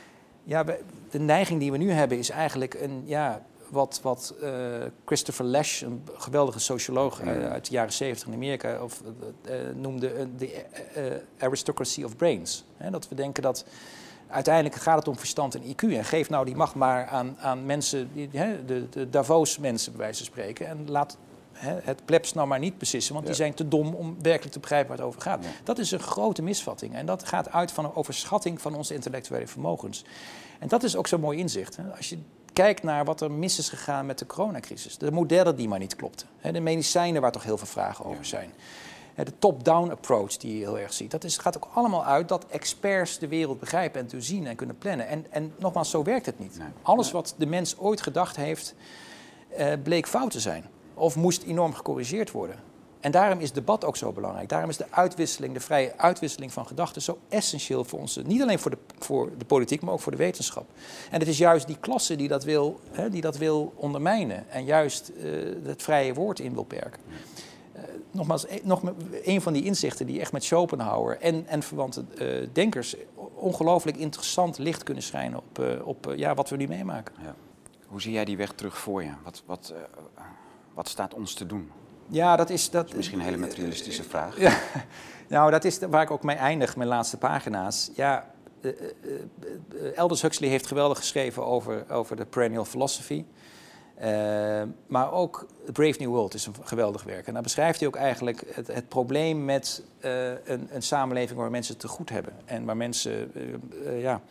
ja, we, de neiging die we nu hebben is eigenlijk een, ja, wat, wat uh, Christopher Lasch, een geweldige socioloog uh, uit de jaren zeventig in Amerika, of, uh, noemde de uh, uh, aristocracy of brains. He, dat we denken dat uiteindelijk gaat het om verstand en I Q. En geef nou die macht maar aan, aan mensen, die, he, de, de Davos-mensen bij wijze van spreken. En laat he, het plebs nou maar niet beslissen, want ja. die zijn te dom om werkelijk te begrijpen waar het over gaat. Ja. Dat is een grote misvatting. En dat gaat uit van een overschatting van onze intellectuele vermogens. En dat is ook zo'n mooi inzicht. Hè. Als je kijkt naar wat er mis is gegaan met de coronacrisis. De modellen die maar niet klopten. De medicijnen waar toch heel veel vragen over zijn. De top-down approach die je heel erg ziet. Dat is, gaat ook allemaal uit dat experts de wereld begrijpen en doorzien en kunnen plannen. En, en nogmaals, zo werkt het niet. Alles wat de mens ooit gedacht heeft, uh, bleek fout te zijn. Of moest enorm gecorrigeerd worden. En daarom is debat ook zo belangrijk. Daarom is de uitwisseling, de vrije uitwisseling van gedachten zo essentieel voor ons. Niet alleen voor de, voor de politiek, maar ook voor de wetenschap. En het is juist die klasse die dat wil, hè, die dat wil ondermijnen. En juist uh, het vrije woord in wil perken. Uh, nogmaals, e- nog een van die inzichten die echt met Schopenhauer en, en verwante uh, denkers ongelooflijk interessant licht kunnen schijnen op, uh, op uh, ja, wat we nu meemaken. Ja. Hoe zie jij die weg terug voor je? Wat, wat, uh, wat staat ons te doen? Ja, dat is... Dat, dat is misschien een hele materialistische vraag. Ja, nou, dat is waar ik ook mee eindig, mijn laatste pagina's. Ja, uh, uh, uh, Aldous Huxley heeft geweldig geschreven over, over de perennial philosophy. Uh, maar ook Brave New World is een geweldig werk. En daar beschrijft hij ook eigenlijk het, het probleem met uh, een, een samenleving waar mensen het te goed hebben. En waar mensen uh, uh, ja,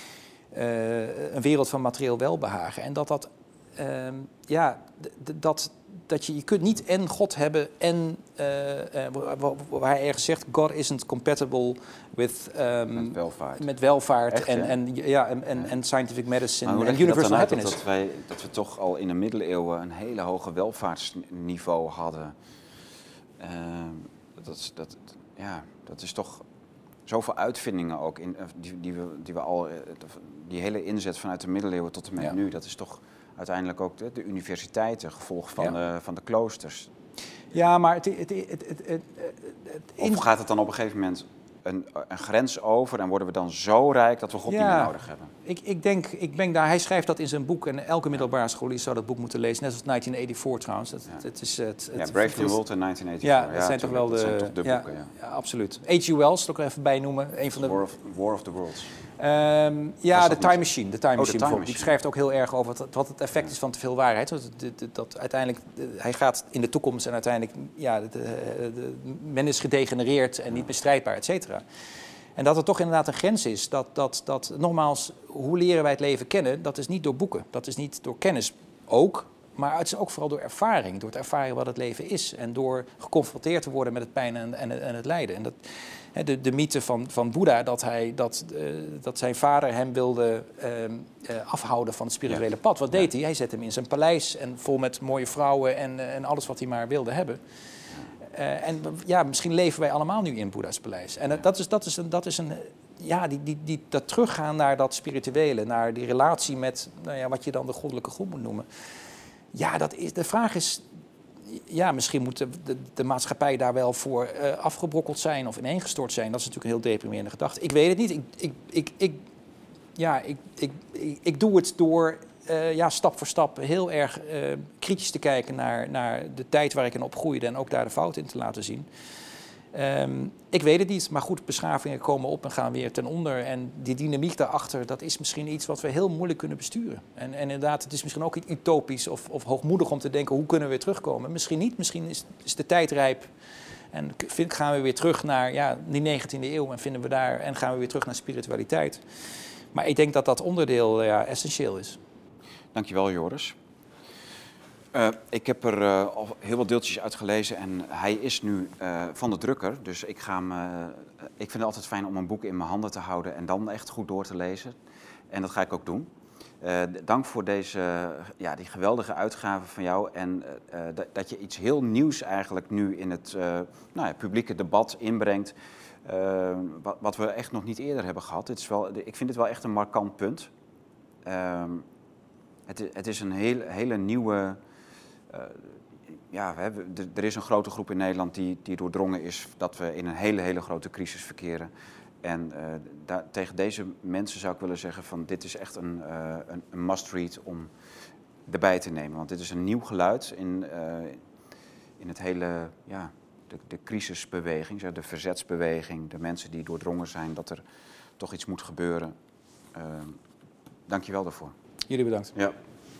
uh, een wereld van materieel welbehagen. En dat dat... Uh, ja, d- d- dat Dat je, je kunt niet en God hebben en uh, uh, waar hij ergens zegt, God isn't compatible with um, met welvaart, met welvaart Echt, en, ja? en, ja, en, en, en scientific medicine en en universal dat happiness. Dat, wij, dat we toch al in de middeleeuwen een hele hoge welvaartsniveau hadden. Uh, dat, dat, ja, dat is toch zoveel uitvindingen ook in, die, die, we, die we al, die hele inzet vanuit de middeleeuwen tot en met ja. nu, dat is toch uiteindelijk ook de, de universiteiten, gevolg van, ja. de, van de kloosters. Ja, maar het, het, het, het, het, het, het in... Of gaat het dan op een gegeven moment een, een grens over en worden we dan zo rijk dat we God ja, niet meer nodig hebben? Ik, ik denk, ik ben daar, hij schrijft dat in zijn boek en elke middelbare scholier zou dat boek moeten lezen, net als negentien eenennegentig trouwens. Dat, ja. het is, het, ja, het, Brave New World en negentien eenennegentig. Ja, dat ja, zijn toch wel de, dat zijn toch de ja, boeken, ja. ja, absoluut. H G Wells, dat ook even bij noemen. Een van de... War of, War of the Worlds. Um, ja, de Time Machine. De Time oh, Machine, Time Machine. Die beschrijft ook heel erg over wat, wat het effect ja. is van te veel waarheid. Dat, dat, dat uiteindelijk, hij gaat in de toekomst en uiteindelijk, ja, de, de, de, men is gedegenereerd en niet meer strijdbaar, et cetera. En dat er toch inderdaad een grens is. Dat, dat, dat, nogmaals, hoe leren wij het leven kennen? Dat is niet door boeken. Dat is niet door kennis ook. Maar het is ook vooral door ervaring. Door het ervaren wat het leven is. En door geconfronteerd te worden met het pijn en, en, en het lijden. En dat, de, de mythe van, van Boeddha, dat, hij, dat, uh, dat zijn vader hem wilde uh, uh, afhouden van het spirituele ja. pad. Wat deed ja. hij? Hij zette hem in zijn paleis en vol met mooie vrouwen en, uh, en alles wat hij maar wilde hebben. Uh, en ja, misschien leven wij allemaal nu in Boeddha's paleis. En uh, dat is, dat is een... Dat is een ja, die, die, die, dat teruggaan naar dat spirituele, naar die relatie met nou ja, wat je dan de goddelijke groep moet noemen. Ja, dat is, de vraag is, ja, misschien moet de, de, de maatschappij daar wel voor uh, afgebrokkeld zijn of ineengestort zijn. Dat is natuurlijk een heel deprimerende gedachte. Ik weet het niet. Ik, ik, ik, ik, ja, ik, ik, ik, ik doe het door uh, ja, stap voor stap heel erg uh, kritisch te kijken naar, naar de tijd waar ik in opgroeide en ook daar de fout in te laten zien. Um, ik weet het niet, maar goed, beschavingen komen op en gaan weer ten onder. En die dynamiek daarachter, dat is misschien iets wat we heel moeilijk kunnen besturen. En, en inderdaad, het is misschien ook iets utopisch of, of hoogmoedig om te denken, hoe kunnen we weer terugkomen? Misschien niet, misschien is, is de tijd rijp. En vind, gaan we weer terug naar ja, die negentiende eeuw en vinden we daar en gaan we weer terug naar spiritualiteit. Maar ik denk dat dat onderdeel ja, essentieel is. Dankjewel, Joris. Uh, ik heb er uh, al heel wat deeltjes uit gelezen en hij is nu uh, van de drukker. Dus ik, ga hem, uh, ik vind het altijd fijn om een boek in mijn handen te houden en dan echt goed door te lezen. En dat ga ik ook doen. Uh, dank voor deze, uh, ja, die geweldige uitgave van jou en uh, d- dat je iets heel nieuws eigenlijk nu in het uh, nou ja, publieke debat inbrengt. Uh, wat, wat we echt nog niet eerder hebben gehad. Het is wel, ik vind het wel echt een markant punt. Uh, het, het is een heel, hele nieuwe... Uh, ja, we hebben, er is een grote groep in Nederland die, die doordrongen is dat we in een hele, hele grote crisis verkeren. En uh, da tegen deze mensen zou ik willen zeggen van dit is echt een, uh, een, een must-read om erbij te nemen. Want dit is een nieuw geluid in, uh, in het hele, ja, de, de crisisbeweging, de verzetsbeweging, de mensen die doordrongen zijn dat er toch iets moet gebeuren. Uh, Dank je wel daarvoor. Jullie bedankt. Ja.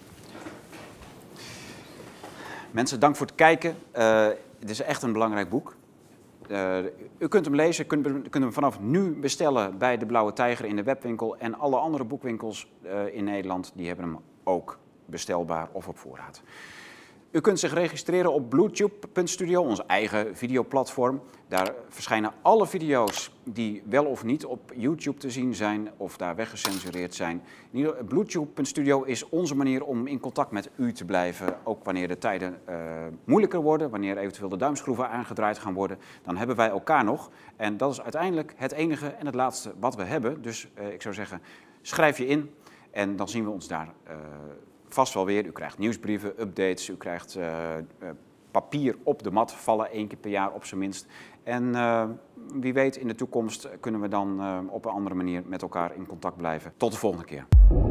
Mensen, dank voor het kijken. Uh, het is echt een belangrijk boek. Uh, u kunt hem lezen, kunt, kunt hem vanaf nu bestellen bij de Blauwe Tijger in de webwinkel. En alle andere boekwinkels uh, in Nederland die hebben hem ook bestelbaar of op voorraad. U kunt zich registreren op bluetube punt studio, ons eigen videoplatform. Daar verschijnen alle video's die wel of niet op YouTube te zien zijn of daar weggecensureerd zijn. bluetube punt studio is onze manier om in contact met u te blijven. Ook wanneer de tijden uh, moeilijker worden, wanneer eventueel de duimschroeven aangedraaid gaan worden. Dan hebben wij elkaar nog. En dat is uiteindelijk het enige en het laatste wat we hebben. Dus uh, ik zou zeggen, schrijf je in en dan zien we ons daar uh, vast wel weer. U krijgt nieuwsbrieven, updates, u krijgt uh, uh, papier op de mat vallen, één keer per jaar op zijn minst. En uh, wie weet in de toekomst kunnen we dan uh, op een andere manier met elkaar in contact blijven. Tot de volgende keer.